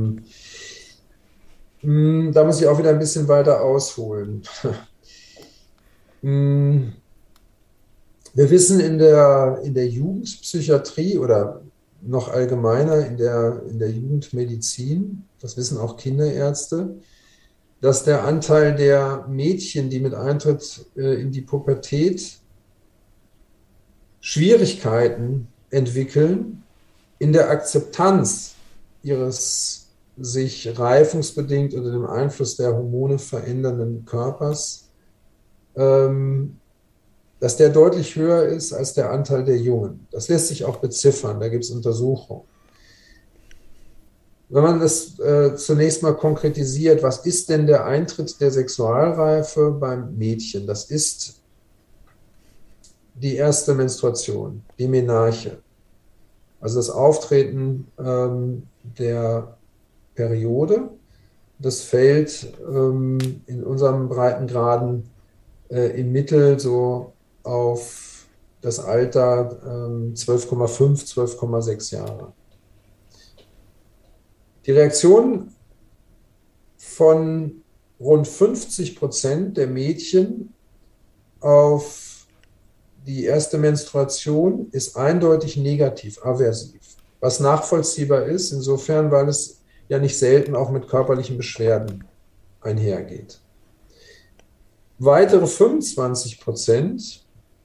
muss ich auch wieder ein bisschen weiter ausholen. Wir wissen in der Jugendpsychiatrie oder noch allgemeiner in der Jugendmedizin, das wissen auch Kinderärzte, dass der Anteil der Mädchen, die mit Eintritt in die Pubertät Schwierigkeiten entwickeln, in der Akzeptanz ihres sich reifungsbedingt unter dem Einfluss der Hormone verändernden Körpers, dass der deutlich höher ist als der Anteil der Jungen. Das lässt sich auch beziffern, da gibt es Untersuchungen. Wenn man das zunächst mal konkretisiert, was ist denn der Eintritt der Sexualreife beim Mädchen? Das ist die erste Menstruation, die Menarche. Also das Auftreten der Periode. Das fällt in unseren Breitengraden im Mittel so auf das Alter 12,5, 12,6 Jahre. Die Reaktion von rund 50% der Mädchen auf die erste Menstruation ist eindeutig negativ, aversiv. Was nachvollziehbar ist, insofern, weil es ja nicht selten auch mit körperlichen Beschwerden einhergeht. Weitere 25%,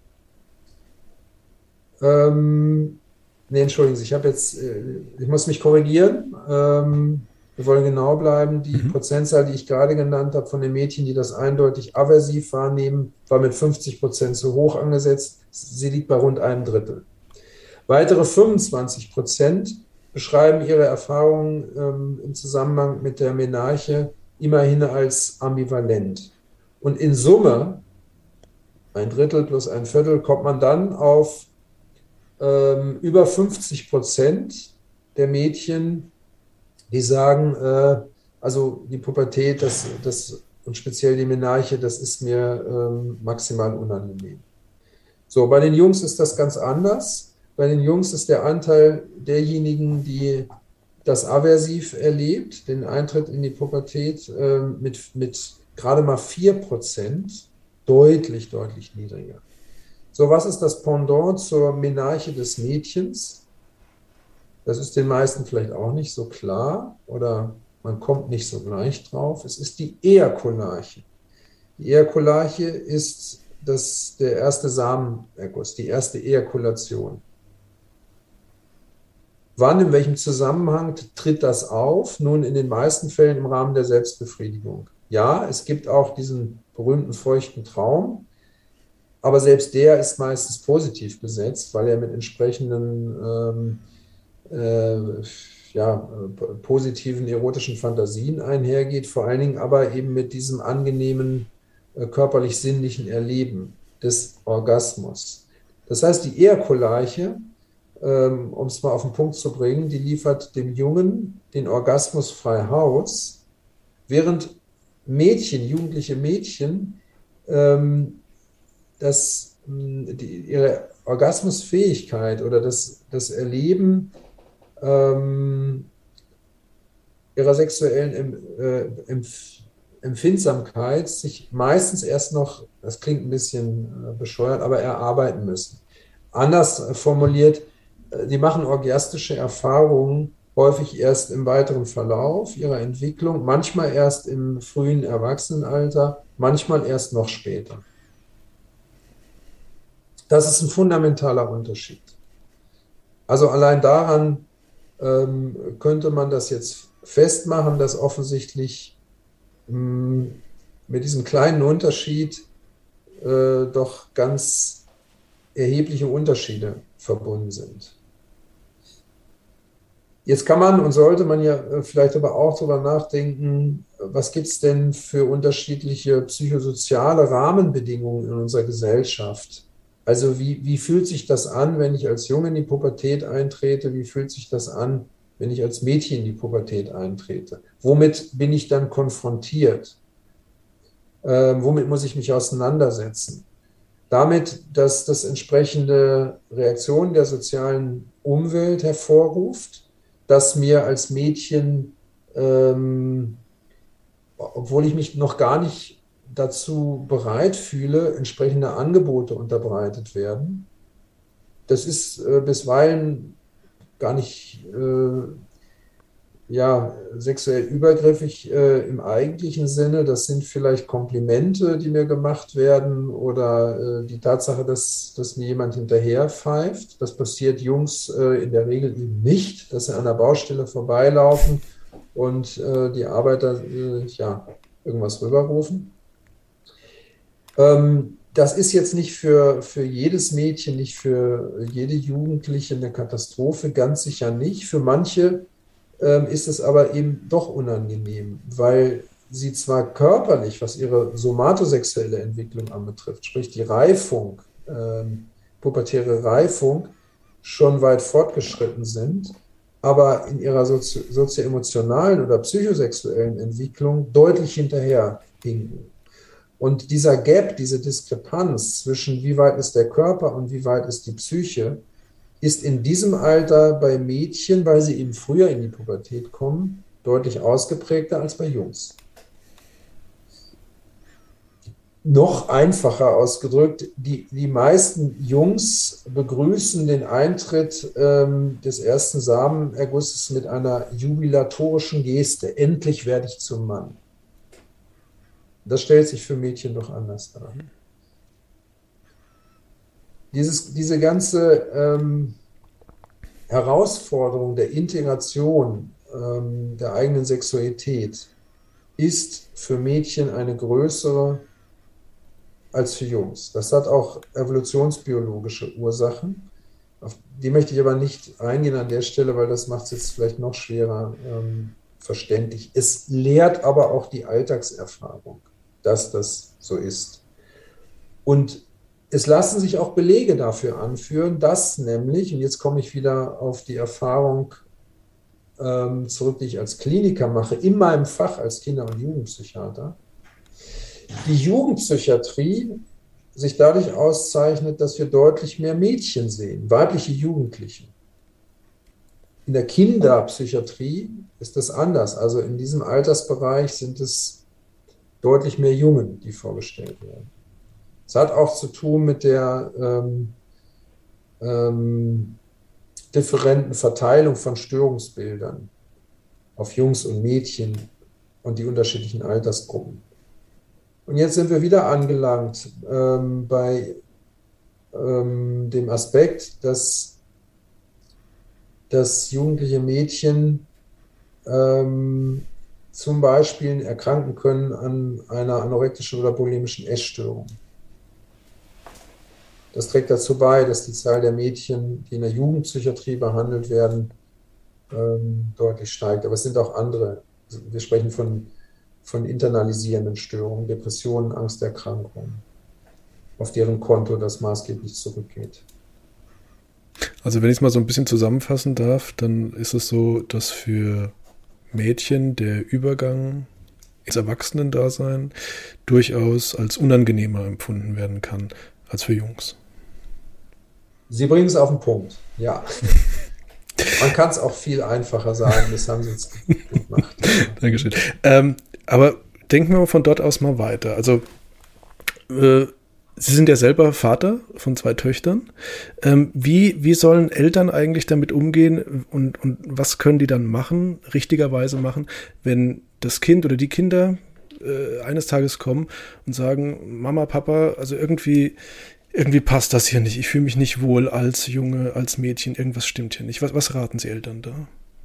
entschuldigen Sie, ich muss mich korrigieren. Wir wollen genau bleiben. Die Prozentzahl, die ich gerade genannt habe, von den Mädchen, die das eindeutig aversiv wahrnehmen, war mit 50% zu hoch angesetzt. Sie liegt bei rund einem Drittel. Weitere 25% beschreiben ihre Erfahrungen im Zusammenhang mit der Menarche immerhin als ambivalent. Und in Summe, ein Drittel plus ein Viertel, kommt man dann auf über 50% der Mädchen, die sagen, also die Pubertät und speziell die Menarche, das ist mir maximal unangenehm. So, bei den Jungs ist das ganz anders. Bei den Jungs ist der Anteil derjenigen, die das aversiv erlebt, den Eintritt in die Pubertät, mit gerade mal 4% deutlich, deutlich niedriger. So, was ist das Pendant zur Menarche des Mädchens? Das ist den meisten vielleicht auch nicht so klar oder man kommt nicht so gleich drauf. Es ist die Ejakularche. Die Ejakularche ist der erste Samenerguss, die erste Ejakulation. Wann, in welchem Zusammenhang tritt das auf? Nun, in den meisten Fällen im Rahmen der Selbstbefriedigung. Ja, es gibt auch diesen berühmten feuchten Traum, aber selbst der ist meistens positiv besetzt, weil er mit entsprechenden ja, positiven erotischen Fantasien einhergeht, vor allen Dingen aber eben mit diesem angenehmen körperlich-sinnlichen Erleben des Orgasmus. Das heißt, die Ejakularche, um es mal auf den Punkt zu bringen, die liefert dem Jungen den Orgasmus frei Haus, während Mädchen, jugendliche Mädchen, ihre Orgasmusfähigkeit oder das Erleben ihrer sexuellen Empfindsamkeit sich meistens erst noch, das klingt ein bisschen bescheuert, aber erarbeiten müssen. Anders formuliert, die machen orgiastische Erfahrungen häufig erst im weiteren Verlauf ihrer Entwicklung, manchmal erst im frühen Erwachsenenalter, manchmal erst noch später. Das ist ein fundamentaler Unterschied. Also allein daran könnte man das jetzt festmachen, dass offensichtlich mit diesem kleinen Unterschied doch ganz erhebliche Unterschiede verbunden sind. Jetzt kann man und sollte man ja vielleicht aber auch darüber nachdenken, was gibt es denn für unterschiedliche psychosoziale Rahmenbedingungen in unserer Gesellschaft? Also wie fühlt sich das an, wenn ich als Junge in die Pubertät eintrete? Wie fühlt sich das an, wenn ich als Mädchen in die Pubertät eintrete? Womit bin ich dann konfrontiert? Womit muss ich mich auseinandersetzen? Damit, dass das entsprechende Reaktionen der sozialen Umwelt hervorruft, dass mir als Mädchen, obwohl ich mich noch gar nicht dazu bereit fühle, entsprechende Angebote unterbreitet werden. Das ist bisweilen gar nicht sexuell übergriffig im eigentlichen Sinne. Das sind vielleicht Komplimente, die mir gemacht werden oder die Tatsache, dass mir jemand hinterher pfeift. Das passiert Jungs in der Regel eben nicht, dass sie an der Baustelle vorbeilaufen und die Arbeiter irgendwas rüberrufen. Das ist jetzt nicht für jedes Mädchen, nicht für jede Jugendliche eine Katastrophe, ganz sicher nicht. Für manche ist es aber eben doch unangenehm, weil sie zwar körperlich, was ihre somatosexuelle Entwicklung anbetrifft, sprich die Reifung, pubertäre Reifung, schon weit fortgeschritten sind, aber in ihrer sozioemotionalen oder psychosexuellen Entwicklung deutlich hinterher hinken. Und dieser Gap, diese Diskrepanz zwischen wie weit ist der Körper und wie weit ist die Psyche, ist in diesem Alter bei Mädchen, weil sie eben früher in die Pubertät kommen, deutlich ausgeprägter als bei Jungs. Noch einfacher ausgedrückt, die meisten Jungs begrüßen den Eintritt des ersten Samenergusses mit einer jubilatorischen Geste. Endlich werde ich zum Mann. Das stellt sich für Mädchen doch anders dar. Diese ganze Herausforderung der Integration der eigenen Sexualität ist für Mädchen eine größere als für Jungs. Das hat auch evolutionsbiologische Ursachen. Auf die möchte ich aber nicht eingehen an der Stelle, weil das macht es jetzt vielleicht noch schwerer verständlich. Es lehrt aber auch die Alltagserfahrung, dass das so ist. Und es lassen sich auch Belege dafür anführen, dass nämlich, und jetzt komme ich wieder auf die Erfahrung zurück, die ich als Kliniker mache, in meinem Fach als Kinder- und Jugendpsychiater, die Jugendpsychiatrie sich dadurch auszeichnet, dass wir deutlich mehr Mädchen sehen, weibliche Jugendliche. In der Kinderpsychiatrie ist das anders. Also in diesem Altersbereich sind es deutlich mehr Jungen, die vorgestellt werden. Es hat auch zu tun mit der differenten Verteilung von Störungsbildern auf Jungs und Mädchen und die unterschiedlichen Altersgruppen. Und jetzt sind wir wieder angelangt bei dem Aspekt, dass jugendliche Mädchen zum Beispiel erkranken können an einer anorektischen oder bulimischen Essstörung. Das trägt dazu bei, dass die Zahl der Mädchen, die in der Jugendpsychiatrie behandelt werden, deutlich steigt. Aber es sind auch andere. Wir sprechen von internalisierenden Störungen, Depressionen, Angsterkrankungen, auf deren Konto das maßgeblich zurückgeht.
Also wenn ich es mal so ein bisschen zusammenfassen darf, dann ist es so, dass für Mädchen der Übergang ins Erwachsenendasein durchaus als unangenehmer empfunden werden kann als für Jungs.
Sie bringen es auf den Punkt, ja. Man kann es auch viel einfacher sagen, das haben Sie jetzt gut gemacht.
Dankeschön. Aber denken wir mal von dort aus mal weiter. Also Sie sind ja selber Vater von 2 Töchtern. Wie sollen Eltern eigentlich damit umgehen und was können die dann machen, richtigerweise machen, wenn das Kind oder die Kinder eines Tages kommen und sagen, Mama, Papa, also irgendwie passt das hier nicht. Ich fühle mich nicht wohl als Junge, als Mädchen. Irgendwas stimmt hier nicht. Was raten Sie Eltern da?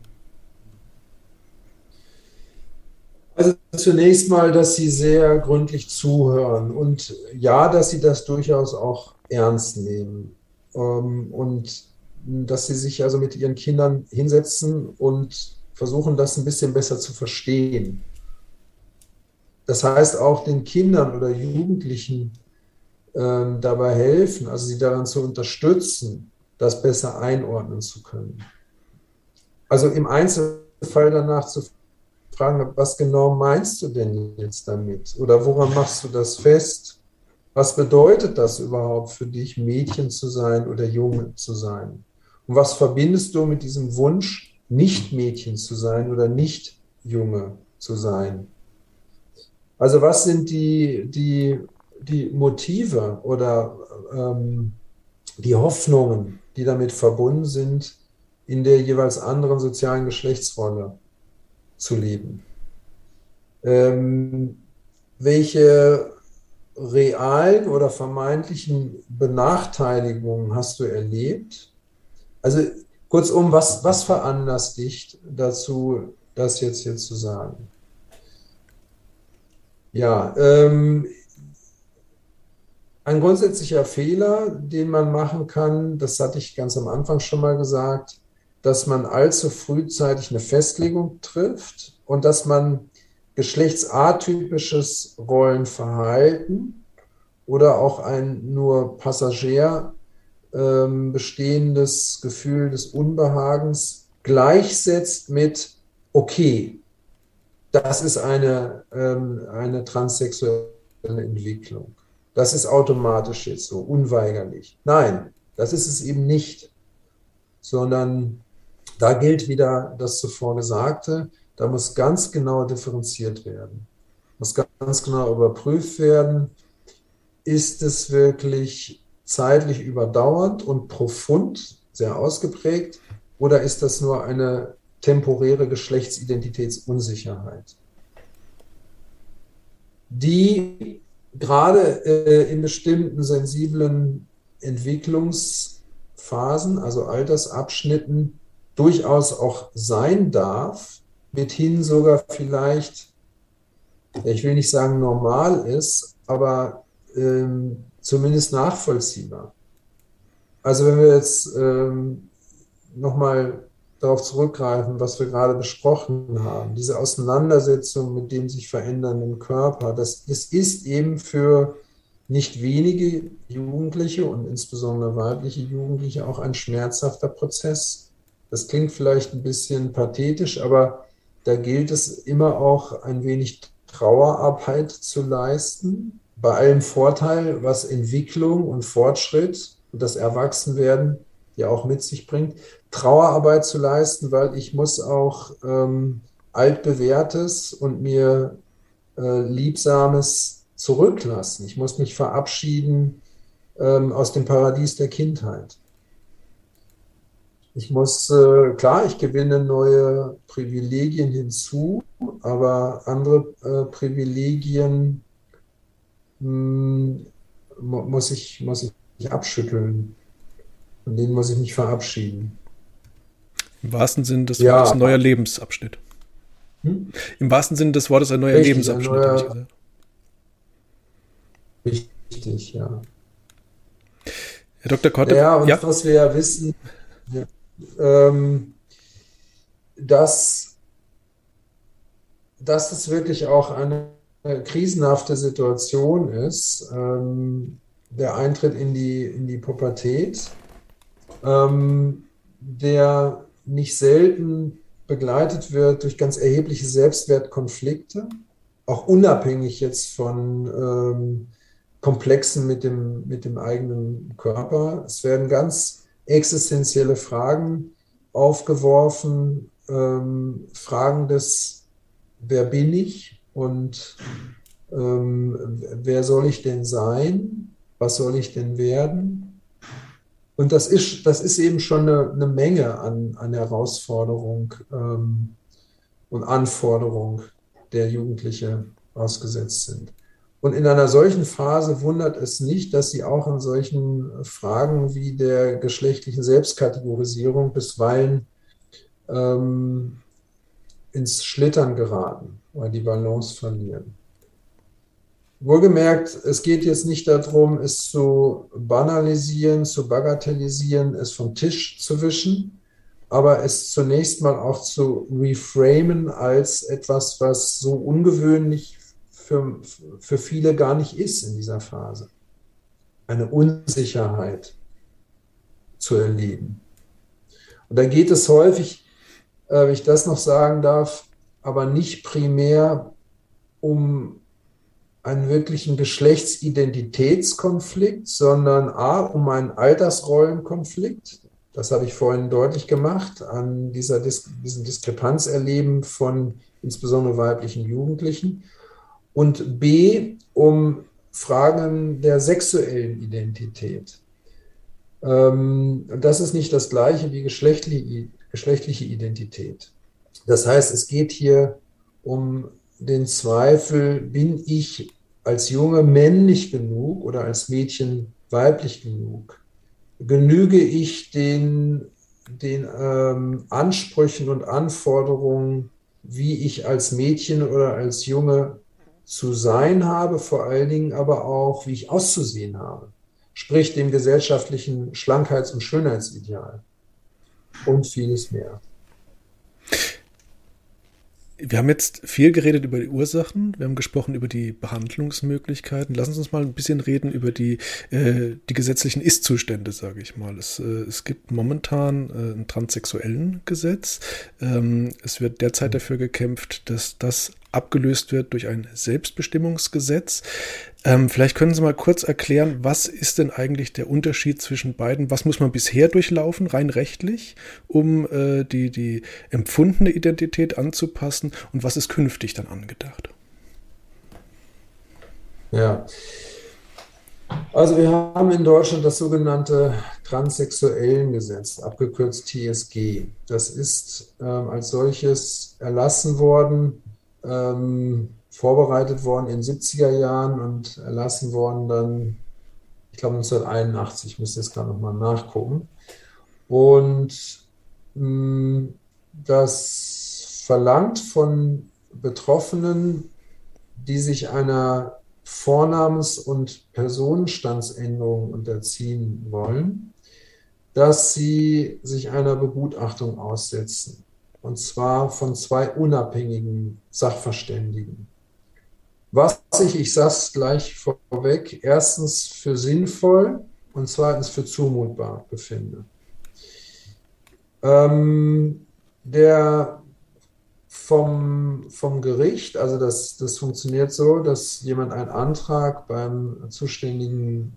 Also zunächst mal, dass Sie sehr gründlich zuhören und ja, dass Sie das durchaus auch ernst nehmen und dass Sie sich also mit Ihren Kindern hinsetzen und versuchen, das ein bisschen besser zu verstehen. Das heißt auch den Kindern oder Jugendlichen dabei helfen, also sie daran zu unterstützen, das besser einordnen zu können. Also im Einzelfall danach zu fragen, was genau meinst du denn jetzt damit? Oder woran machst du das fest? Was bedeutet das überhaupt für dich, Mädchen zu sein oder Junge zu sein? Und was verbindest du mit diesem Wunsch, nicht Mädchen zu sein oder nicht Junge zu sein? Also was sind die Motive oder die Hoffnungen, die damit verbunden sind, in der jeweils anderen sozialen Geschlechtsrolle zu leben? Welche realen oder vermeintlichen Benachteiligungen hast du erlebt? Also kurzum, was veranlasst dich dazu, das jetzt hier zu sagen? Ja, ein grundsätzlicher Fehler, den man machen kann, das hatte ich ganz am Anfang schon mal gesagt, dass man allzu frühzeitig eine Festlegung trifft und dass man geschlechtsatypisches Rollenverhalten oder auch ein nur Passagier bestehendes Gefühl des Unbehagens gleichsetzt mit okay, das ist eine transsexuelle Entwicklung. Das ist automatisch jetzt so, unweigerlich. Nein, das ist es eben nicht, sondern da gilt wieder das zuvor Gesagte, da muss ganz genau differenziert werden, muss ganz genau überprüft werden, ist es wirklich zeitlich überdauernd und profund, sehr ausgeprägt, oder ist das nur eine temporäre Geschlechtsidentitätsunsicherheit, die gerade in bestimmten sensiblen Entwicklungsphasen, also Altersabschnitten, durchaus auch sein darf, mithin sogar vielleicht, ich will nicht sagen normal ist, aber zumindest nachvollziehbar. Also wenn wir jetzt nochmal darauf zurückgreifen, was wir gerade besprochen haben, diese Auseinandersetzung mit dem sich verändernden Körper, das ist eben für nicht wenige Jugendliche und insbesondere weibliche Jugendliche auch ein schmerzhafter Prozess. Das klingt vielleicht ein bisschen pathetisch, aber da gilt es immer auch ein wenig Trauerarbeit zu leisten, bei allem Vorteil, was Entwicklung und Fortschritt und das Erwachsenwerden ja auch mit sich bringt, Trauerarbeit zu leisten, weil ich muss auch altbewährtes und mir Liebsames zurücklassen. Ich muss mich verabschieden aus dem Paradies der Kindheit. Ich muss, klar, ich gewinne neue Privilegien hinzu, aber andere Privilegien muss ich abschütteln. Von denen muss ich mich verabschieden.
Im wahrsten Sinne des Wortes
Ja,
neuer Lebensabschnitt.
Hm?
Im wahrsten Sinne des Wortes ein neuer
Richtig, ein
Lebensabschnitt, habe ich
neuer,
gesagt.
richtig, ja.
Herr Dr. Korte,
Naja,
ja?
und was wir ja wissen, ja, ähm, dass, dass es wirklich auch eine krisenhafte Situation ist, der Eintritt in die Pubertät, der nicht selten begleitet wird durch ganz erhebliche Selbstwertkonflikte, auch unabhängig jetzt von Komplexen mit dem eigenen Körper. Es werden ganz existenzielle Fragen aufgeworfen, Fragen des Wer bin ich und wer soll ich denn sein? Was soll ich denn werden? Und das ist eben schon eine Menge an Herausforderung und Anforderung, der Jugendliche ausgesetzt sind. Und in einer solchen Phase wundert es nicht, dass sie auch in solchen Fragen wie der geschlechtlichen Selbstkategorisierung bisweilen ähm, ins Schlittern geraten oder die Balance verlieren. Wohlgemerkt, es geht jetzt nicht darum, es zu banalisieren, zu bagatellisieren, es vom Tisch zu wischen, aber es zunächst mal auch zu reframen als etwas, was so ungewöhnlich für viele gar nicht ist in dieser Phase. Eine Unsicherheit zu erleben. Und da geht es häufig, wenn ich das noch sagen darf, aber nicht primär um einen wirklichen Geschlechtsidentitätskonflikt, sondern um einen Altersrollenkonflikt. Das habe ich vorhin deutlich gemacht, an diesem Diskrepanzerleben von insbesondere weiblichen Jugendlichen. Und um Fragen der sexuellen Identität. Das ist nicht das Gleiche wie geschlechtliche Identität. Das heißt, es geht hier um den Zweifel, bin ich als Junge männlich genug oder als Mädchen weiblich genug? Genüge ich den Ansprüchen und Anforderungen, wie ich als Mädchen oder als Junge zu sein habe, vor allen Dingen aber auch, wie ich auszusehen habe? Sprich dem gesellschaftlichen Schlankheits- und Schönheitsideal und vieles mehr.
Wir haben jetzt viel geredet über die Ursachen, wir haben gesprochen über die Behandlungsmöglichkeiten. Lassen Sie uns mal ein bisschen reden über die gesetzlichen Ist-Zustände, sage ich mal. Es gibt momentan ein transsexuellen Gesetz. Es wird derzeit dafür gekämpft, dass das abgelöst wird durch ein Selbstbestimmungsgesetz. Vielleicht können Sie mal kurz erklären, was ist denn eigentlich der Unterschied zwischen beiden? Was muss man bisher durchlaufen, rein rechtlich, um die empfundene Identität anzupassen, und was ist künftig dann angedacht?
Ja, also wir haben in Deutschland das sogenannte Transsexuellengesetz, abgekürzt TSG. Das ist als solches erlassen worden, vorbereitet worden in den 70er Jahren und erlassen worden dann, ich glaube 1981, ich müsste jetzt gerade nochmal nachgucken. Und das verlangt von Betroffenen, die sich einer Vornamens- und Personenstandsänderung unterziehen wollen, dass sie sich einer Begutachtung aussetzen. Und zwar von zwei unabhängigen Sachverständigen. Was ich sage es gleich vorweg, erstens für sinnvoll und zweitens für zumutbar befinde. Der vom Gericht, also das funktioniert so, dass jemand einen Antrag beim zuständigen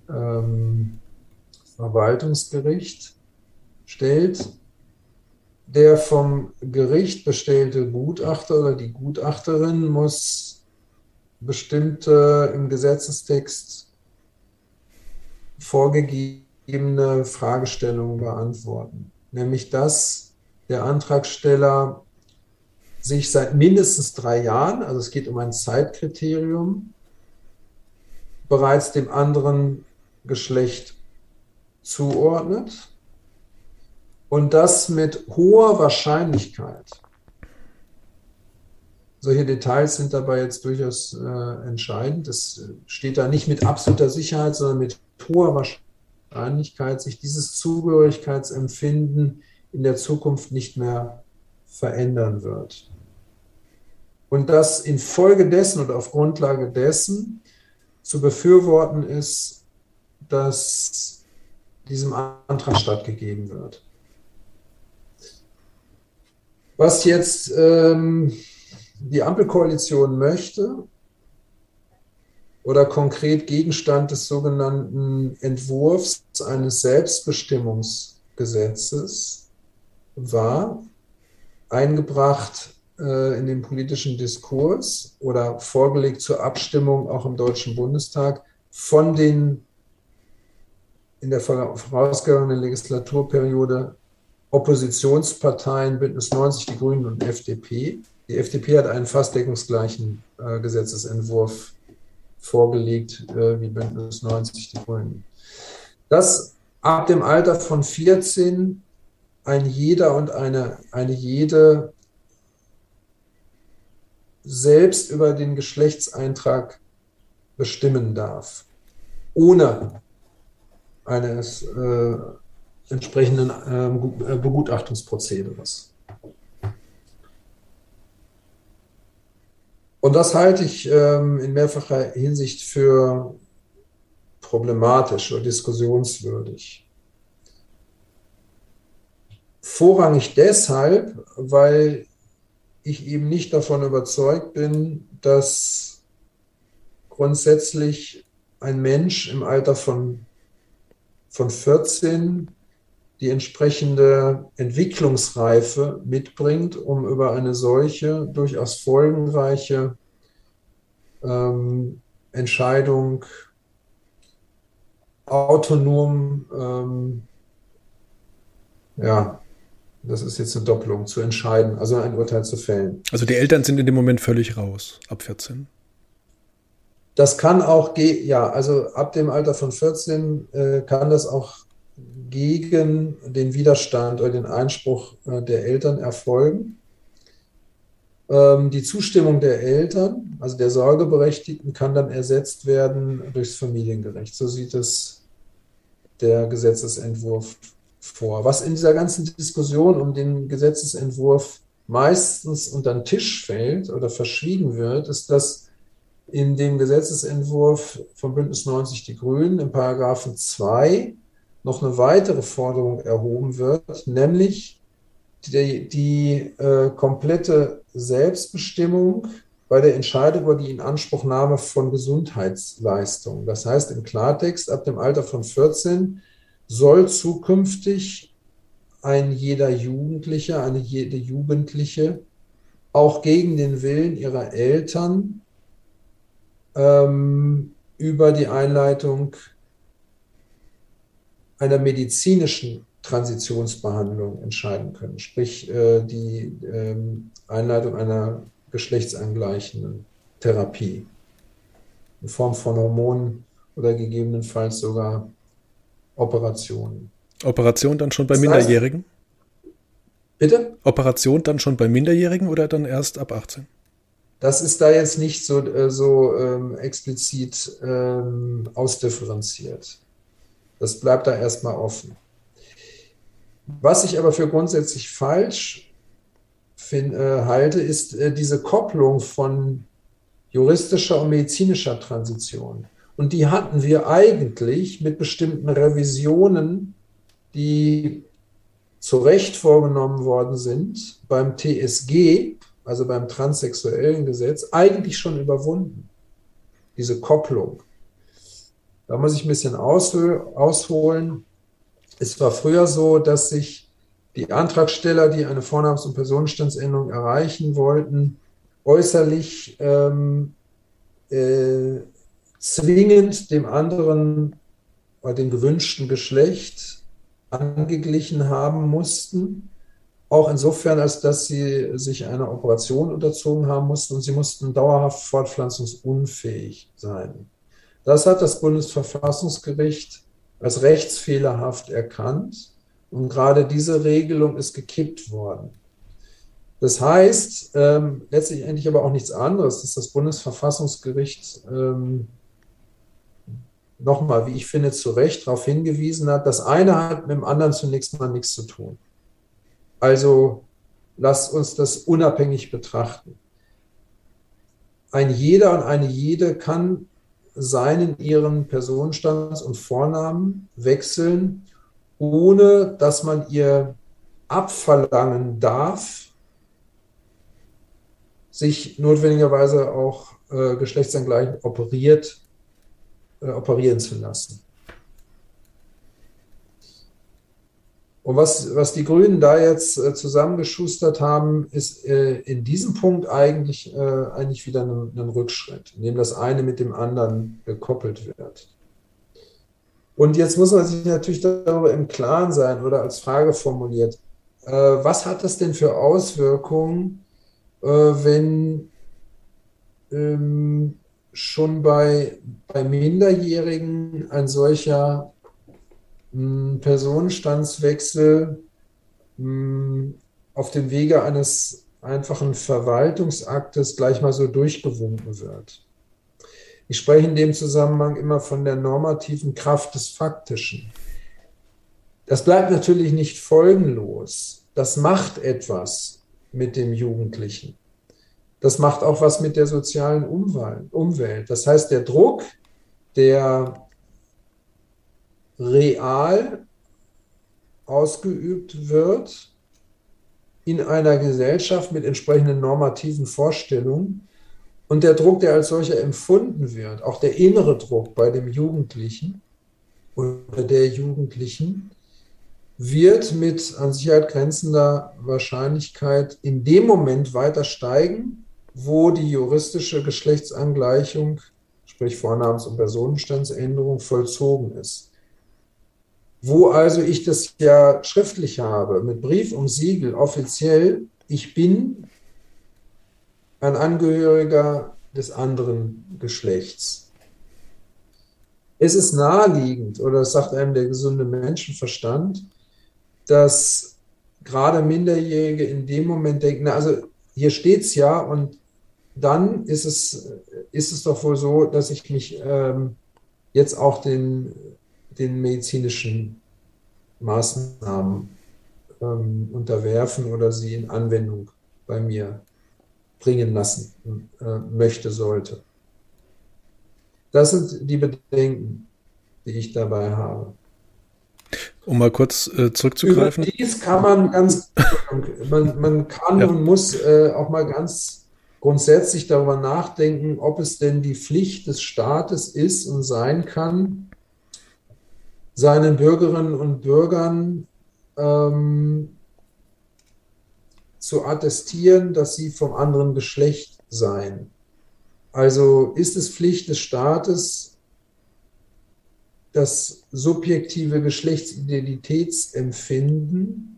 Verwaltungsgericht stellt. Der vom Gericht bestellte Gutachter oder die Gutachterin muss bestimmte im Gesetzestext vorgegebene Fragestellungen beantworten. Nämlich, dass der Antragsteller sich seit mindestens 3 Jahren, also es geht um ein Zeitkriterium, bereits dem anderen Geschlecht zuordnet und das mit hoher Wahrscheinlichkeit Solche Details sind dabei jetzt durchaus entscheidend. Es steht da nicht mit absoluter Sicherheit, sondern mit hoher Wahrscheinlichkeit, sich dieses Zugehörigkeitsempfinden in der Zukunft nicht mehr verändern wird. Und dass infolgedessen und auf Grundlage dessen zu befürworten ist, dass diesem Antrag stattgegeben wird. Was jetzt die Ampelkoalition möchte oder konkret Gegenstand des sogenannten Entwurfs eines Selbstbestimmungsgesetzes war, eingebracht in den politischen Diskurs oder vorgelegt zur Abstimmung auch im Deutschen Bundestag von den in der vorausgegangenen Legislaturperiode Oppositionsparteien Bündnis 90, die Grünen und FDP. Die FDP hat einen fast deckungsgleichen Gesetzesentwurf vorgelegt wie Bündnis 90, die Grünen. Dass ab dem Alter von 14 ein jeder und eine jede selbst über den Geschlechtseintrag bestimmen darf, ohne eines entsprechenden Begutachtungsprozederes. Und das halte ich in mehrfacher Hinsicht für problematisch oder diskussionswürdig. Vorrangig deshalb, weil ich eben nicht davon überzeugt bin, dass grundsätzlich ein Mensch im Alter von 14 die entsprechende Entwicklungsreife mitbringt, um über eine solche durchaus folgenreiche Entscheidung autonom, das ist jetzt eine Doppelung, zu entscheiden, also ein Urteil zu fällen.
Also die Eltern sind in dem Moment völlig raus, ab 14?
Das kann auch, also ab dem Alter von 14 kann das auch gegen den Widerstand oder den Einspruch der Eltern erfolgen. Die Zustimmung der Eltern, also der Sorgeberechtigten, kann dann ersetzt werden durchs Familiengericht. So sieht es der Gesetzesentwurf vor. Was in dieser ganzen Diskussion um den Gesetzesentwurf meistens unter den Tisch fällt oder verschwiegen wird, ist, dass in dem Gesetzesentwurf von Bündnis 90 Die Grünen in Paragraphen 2 noch eine weitere Forderung erhoben wird, nämlich die komplette Selbstbestimmung bei der Entscheidung über die Inanspruchnahme von Gesundheitsleistungen. Das heißt im Klartext, ab dem Alter von 14 soll zukünftig ein jeder Jugendliche, eine jede Jugendliche auch gegen den Willen ihrer Eltern über die Einleitung einer medizinischen Transitionsbehandlung entscheiden können, sprich die Einleitung einer geschlechtsangleichenden Therapie in Form von Hormonen oder gegebenenfalls sogar Operationen.
Operation dann schon bei Minderjährigen?
Bitte?
Operation dann schon bei Minderjährigen oder dann erst ab 18?
Das ist da jetzt nicht so explizit ausdifferenziert. Das bleibt da erstmal offen. Was ich aber für grundsätzlich falsch halte, ist diese Kopplung von juristischer und medizinischer Transition. Und die hatten wir eigentlich mit bestimmten Revisionen, die zu Recht vorgenommen worden sind, beim TSG, also beim transsexuellen Gesetz, eigentlich schon überwunden. Diese Kopplung. Da muss ich ein bisschen ausholen. Es war früher so, dass sich die Antragsteller, die eine Vornamens- und Personenstandsänderung erreichen wollten, äußerlich zwingend dem anderen oder dem gewünschten Geschlecht angeglichen haben mussten. Auch insofern, als dass sie sich einer Operation unterzogen haben mussten und sie mussten dauerhaft fortpflanzungsunfähig sein. Das hat das Bundesverfassungsgericht als rechtsfehlerhaft erkannt und gerade diese Regelung ist gekippt worden. Das heißt, letztlich eigentlich aber auch nichts anderes, dass das Bundesverfassungsgericht nochmal, wie ich finde, zu Recht darauf hingewiesen hat, das eine hat mit dem anderen zunächst mal nichts zu tun. Also lasst uns das unabhängig betrachten. Ein jeder und eine jede kann ihren Personenstands- und Vornamen wechseln, ohne dass man ihr abverlangen darf, sich notwendigerweise auch geschlechtsangleichend operieren zu lassen. Und was die Grünen da jetzt zusammengeschustert haben, ist in diesem Punkt eigentlich wieder ein Rückschritt, in dem das eine mit dem anderen gekoppelt wird. Und jetzt muss man sich natürlich darüber im Klaren sein oder als Frage formuliert, was hat das denn für Auswirkungen, wenn schon bei Minderjährigen ein solcher Personenstandswechsel auf dem Wege eines einfachen Verwaltungsaktes gleich mal so durchgewunken wird. Ich spreche in dem Zusammenhang immer von der normativen Kraft des Faktischen. Das bleibt natürlich nicht folgenlos. Das macht etwas mit dem Jugendlichen. Das macht auch was mit der sozialen Umwelt. Das heißt, der Druck, der real ausgeübt wird in einer Gesellschaft mit entsprechenden normativen Vorstellungen und der Druck, der als solcher empfunden wird, auch der innere Druck bei dem Jugendlichen oder der Jugendlichen, wird mit an Sicherheit grenzender Wahrscheinlichkeit in dem Moment weiter steigen, wo die juristische Geschlechtsangleichung, sprich Vornamens- und Personenstandsänderung, vollzogen ist. Wo also ich das ja schriftlich habe, mit Brief und Siegel, offiziell, ich bin ein Angehöriger des anderen Geschlechts. Es ist naheliegend, oder das sagt einem der gesunde Menschenverstand, dass gerade Minderjährige in dem Moment denken, na, also hier steht es ja und dann ist es doch wohl so, dass ich mich jetzt auch den medizinischen Maßnahmen unterwerfen oder sie in Anwendung bei mir bringen lassen möchte, sollte. Das sind die Bedenken, die ich dabei habe.
Um mal kurz zurückzugreifen.
Überdies kann man kann
Ja.
und muss auch mal ganz grundsätzlich darüber nachdenken, ob es denn die Pflicht des Staates ist und sein kann, seinen Bürgerinnen und Bürgern zu attestieren, dass sie vom anderen Geschlecht seien. Also ist es Pflicht des Staates, das subjektive Geschlechtsidentitätsempfinden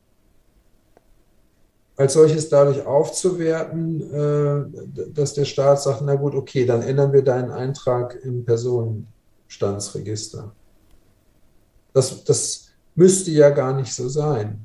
als solches dadurch aufzuwerten, dass der Staat sagt, na gut, okay, dann ändern wir deinen Eintrag im Personenstandsregister. Das müsste ja gar nicht so sein.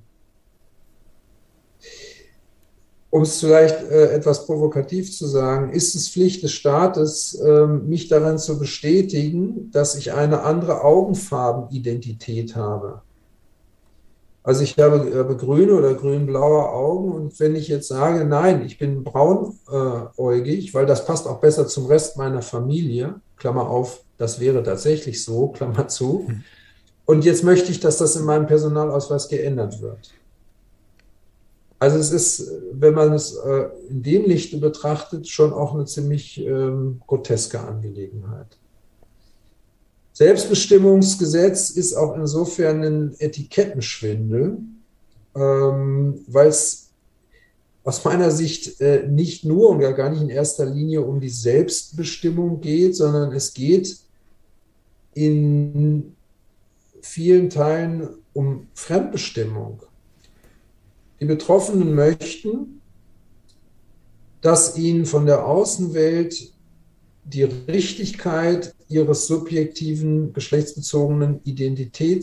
Um es vielleicht etwas provokativ zu sagen, ist es Pflicht des Staates, mich darin zu bestätigen, dass ich eine andere Augenfarbenidentität habe. Also ich habe grüne oder grün-blaue Augen und wenn ich jetzt sage, nein, ich bin braunäugig, weil das passt auch besser zum Rest meiner Familie, Klammer auf, das wäre tatsächlich so, Klammer zu, und jetzt möchte ich, dass das in meinem Personalausweis geändert wird. Also es ist, wenn man es in dem Lichte betrachtet, schon auch eine ziemlich groteske Angelegenheit. Selbstbestimmungsgesetz ist auch insofern ein Etikettenschwindel, weil es aus meiner Sicht nicht nur und gar nicht in erster Linie um die Selbstbestimmung geht, sondern es geht in vielen Teilen um Fremdbestimmung. Die Betroffenen möchten, dass ihnen von der Außenwelt die Richtigkeit ihres subjektiven, geschlechtsbezogenen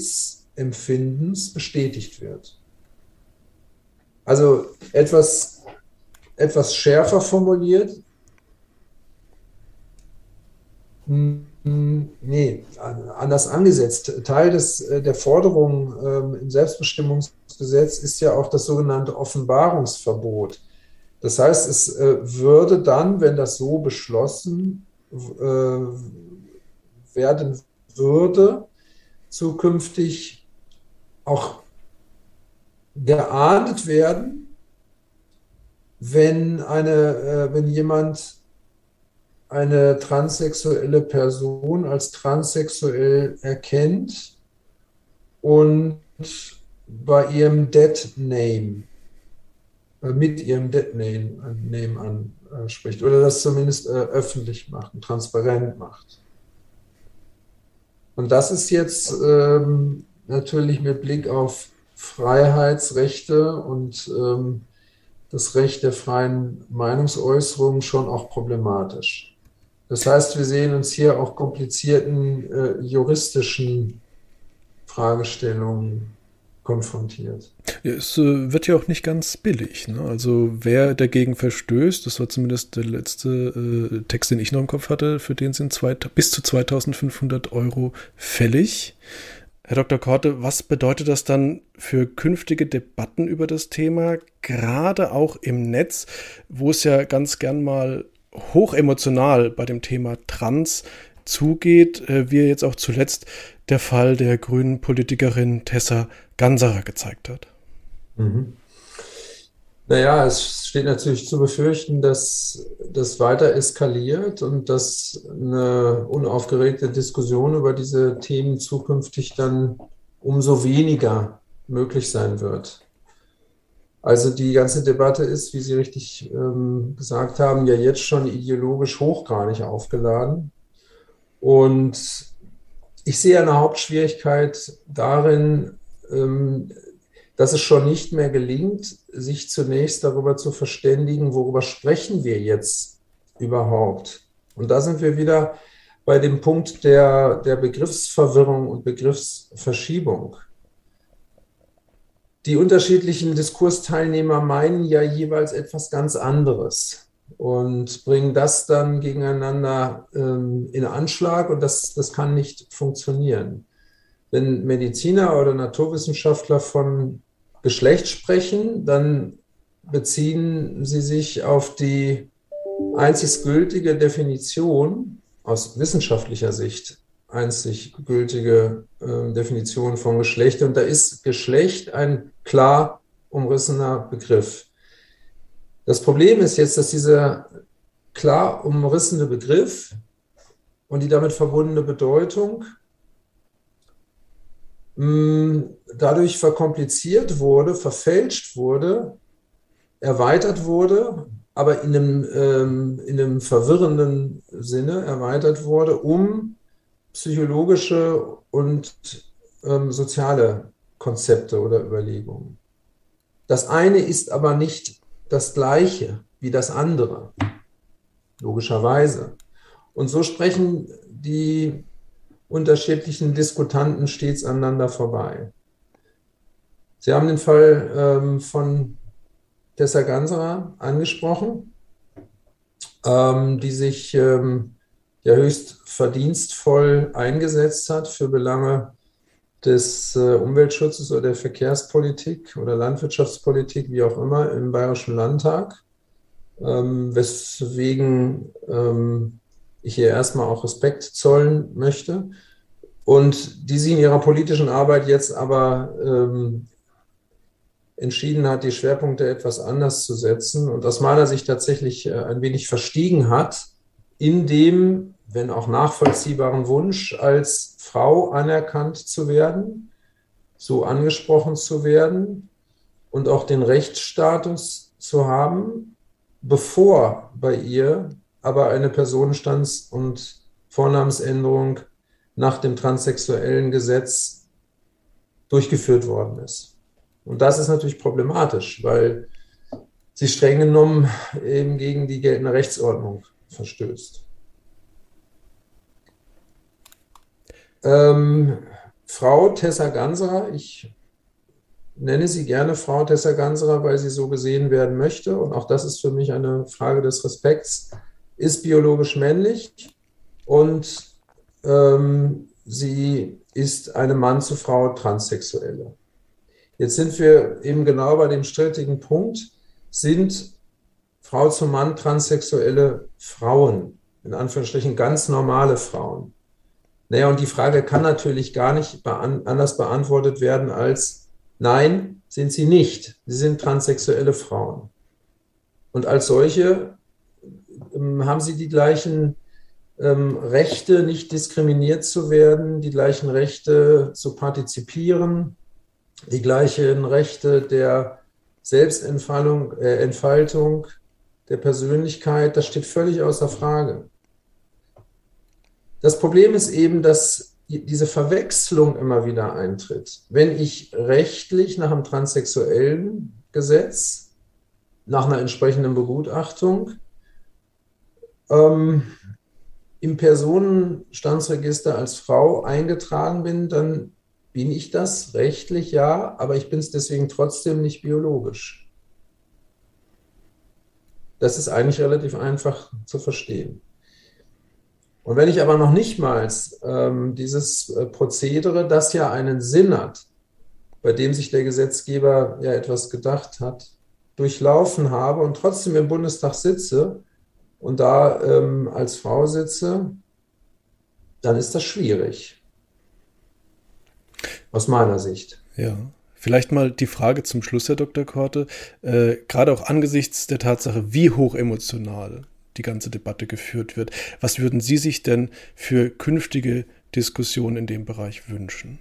Identitätsempfindens bestätigt wird. Also etwas etwas schärfer formuliert. Nee, anders angesetzt. Teil der Forderung im Selbstbestimmungsgesetz ist ja auch das sogenannte Offenbarungsverbot. Das heißt, es würde dann, wenn das so beschlossen werden würde, zukünftig auch geahndet werden, wenn jemand eine transsexuelle Person als transsexuell erkennt und bei ihrem Dead Name, mit ihrem Dead Name anspricht oder das zumindest öffentlich macht und transparent macht. Und das ist jetzt natürlich mit Blick auf Freiheitsrechte und das Recht der freien Meinungsäußerung schon auch problematisch. Das heißt, wir sehen uns hier auch komplizierten juristischen Fragestellungen konfrontiert.
Ja, es wird ja auch nicht ganz billig. Ne? Also wer dagegen verstößt, das war zumindest der letzte Text, den ich noch im Kopf hatte, für den sind bis zu 2.500 Euro fällig. Herr Dr. Korte, was bedeutet das dann für künftige Debatten über das Thema, gerade auch im Netz, wo es ja ganz gern mal hochemotional bei dem Thema Trans zugeht, wie jetzt auch zuletzt der Fall der grünen Politikerin Tessa Ganserer gezeigt hat?
Mhm. Naja, es steht natürlich zu befürchten, dass das weiter eskaliert und dass eine unaufgeregte Diskussion über diese Themen zukünftig dann umso weniger möglich sein wird. Also die ganze Debatte ist, wie Sie richtig gesagt haben, ja jetzt schon ideologisch hochgradig aufgeladen. Und ich sehe eine Hauptschwierigkeit darin, dass es schon nicht mehr gelingt, sich zunächst darüber zu verständigen, worüber sprechen wir jetzt überhaupt. Und da sind wir wieder bei dem Punkt der Begriffsverwirrung und Begriffsverschiebung. Die unterschiedlichen Diskursteilnehmer meinen ja jeweils etwas ganz anderes und bringen das dann gegeneinander in Anschlag und das kann nicht funktionieren. Wenn Mediziner oder Naturwissenschaftler von Geschlecht sprechen, dann beziehen sie sich auf die einzig gültige Definition aus wissenschaftlicher Sicht, einzig gültige Definition von Geschlecht. Und da ist Geschlecht ein klar umrissener Begriff. Das Problem ist jetzt, dass dieser klar umrissene Begriff und die damit verbundene Bedeutung dadurch verkompliziert wurde, verfälscht wurde, erweitert wurde, aber in einem verwirrenden Sinne erweitert wurde, um psychologische und soziale Konzepte oder Überlegungen. Das eine ist aber nicht das Gleiche wie das andere, logischerweise. Und so sprechen die unterschiedlichen Diskutanten stets aneinander vorbei. Sie haben den Fall von Tessa Ganserer angesprochen, die sich ja höchst verdienstvoll eingesetzt hat für Belange des Umweltschutzes oder der Verkehrspolitik oder Landwirtschaftspolitik, wie auch immer, im Bayerischen Landtag, weswegen ich ihr erstmal auch Respekt zollen möchte und die sie in ihrer politischen Arbeit jetzt aber entschieden hat, die Schwerpunkte etwas anders zu setzen und aus meiner Sicht tatsächlich ein wenig verstiegen hat, in dem, wenn auch nachvollziehbaren Wunsch, als Frau anerkannt zu werden, so angesprochen zu werden und auch den Rechtsstatus zu haben, bevor bei ihr aber eine Personenstands- und Vornamensänderung nach dem transsexuellen Gesetz durchgeführt worden ist. Und das ist natürlich problematisch, weil sie streng genommen eben gegen die geltende Rechtsordnung verstößt. Frau Tessa Ganserer, ich nenne sie gerne Frau Tessa Ganserer, weil sie so gesehen werden möchte. Und auch das ist für mich eine Frage des Respekts. Ist biologisch männlich und sie ist eine Mann zu Frau Transsexuelle. Jetzt sind wir eben genau bei dem strittigen Punkt, sind Frau zu Mann transsexuelle Frauen, in Anführungsstrichen ganz normale Frauen. Naja, und die Frage kann natürlich gar nicht anders beantwortet werden als, nein, sind sie nicht. Sie sind transsexuelle Frauen. Und als solche haben sie die gleichen Rechte, nicht diskriminiert zu werden, die gleichen Rechte zu partizipieren, die gleichen Rechte der Entfaltung der Persönlichkeit. Das steht völlig außer Frage. Das Problem ist eben, dass diese Verwechslung immer wieder eintritt. Wenn ich rechtlich nach dem transsexuellen Gesetz, nach einer entsprechenden Begutachtung, im Personenstandsregister als Frau eingetragen bin, dann bin ich das rechtlich, ja, aber ich bin es deswegen trotzdem nicht biologisch. Das ist eigentlich relativ einfach zu verstehen. Und wenn ich aber noch nicht mal dieses Prozedere, das ja einen Sinn hat, bei dem sich der Gesetzgeber ja etwas gedacht hat, durchlaufen habe und trotzdem im Bundestag sitze und da als Frau sitze, dann ist das schwierig. Aus meiner Sicht.
Ja. Vielleicht mal die Frage zum Schluss, Herr Dr. Korte, gerade auch angesichts der Tatsache, wie hoch emotional die ganze Debatte geführt wird. Was würden Sie sich denn für künftige Diskussionen in dem Bereich wünschen?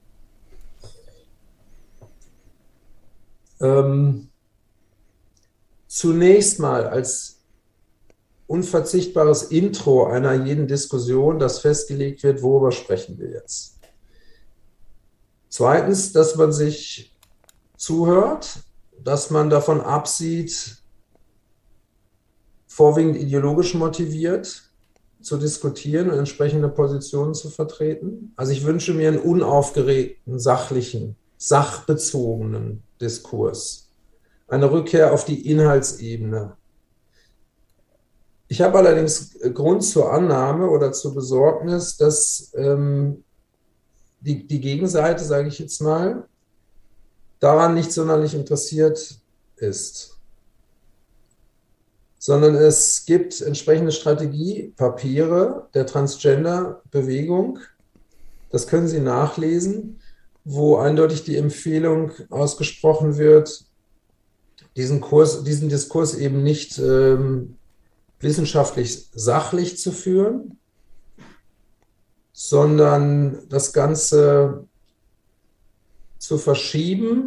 Zunächst mal als unverzichtbares Intro einer jeden Diskussion, das festgelegt wird, worüber sprechen wir jetzt. Zweitens, dass man sich zuhört, dass man davon absieht, vorwiegend ideologisch motiviert zu diskutieren und entsprechende Positionen zu vertreten. Also ich wünsche mir einen unaufgeregten, sachlichen, sachbezogenen Diskurs. Eine Rückkehr auf die Inhaltsebene. Ich habe allerdings Grund zur Annahme oder zur Besorgnis, dass die Gegenseite, sage ich jetzt mal, daran nicht sonderlich interessiert ist. Sondern es gibt entsprechende Strategiepapiere der Transgender-Bewegung, das können Sie nachlesen, wo eindeutig die Empfehlung ausgesprochen wird, diesen Diskurs eben nicht wissenschaftlich sachlich zu führen, sondern das Ganze zu verschieben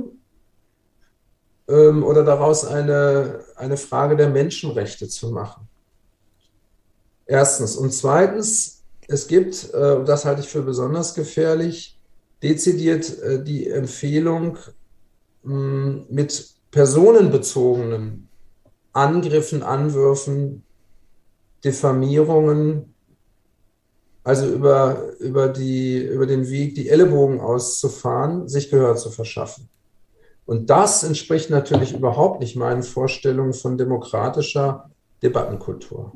oder daraus eine Frage der Menschenrechte zu machen. Erstens. Und zweitens, es gibt, das halte ich für besonders gefährlich, dezidiert die Empfehlung, mit personenbezogenen Angriffen, Anwürfen, Diffamierungen, also über den Weg, die Ellenbogen auszufahren, sich Gehör zu verschaffen. Und das entspricht natürlich überhaupt nicht meinen Vorstellungen von demokratischer Debattenkultur.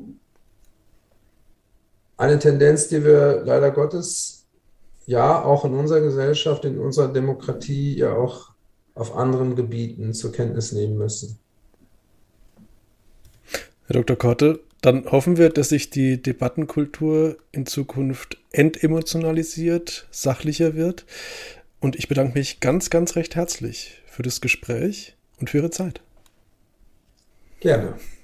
Eine Tendenz, die wir leider Gottes ja auch in unserer Gesellschaft, in unserer Demokratie ja auch auf anderen Gebieten zur Kenntnis nehmen müssen.
Herr Dr. Korte, dann hoffen wir, dass sich die Debattenkultur in Zukunft entemotionalisiert, sachlicher wird. Und ich bedanke mich ganz, ganz recht herzlich für das Gespräch und für Ihre Zeit.
Gerne.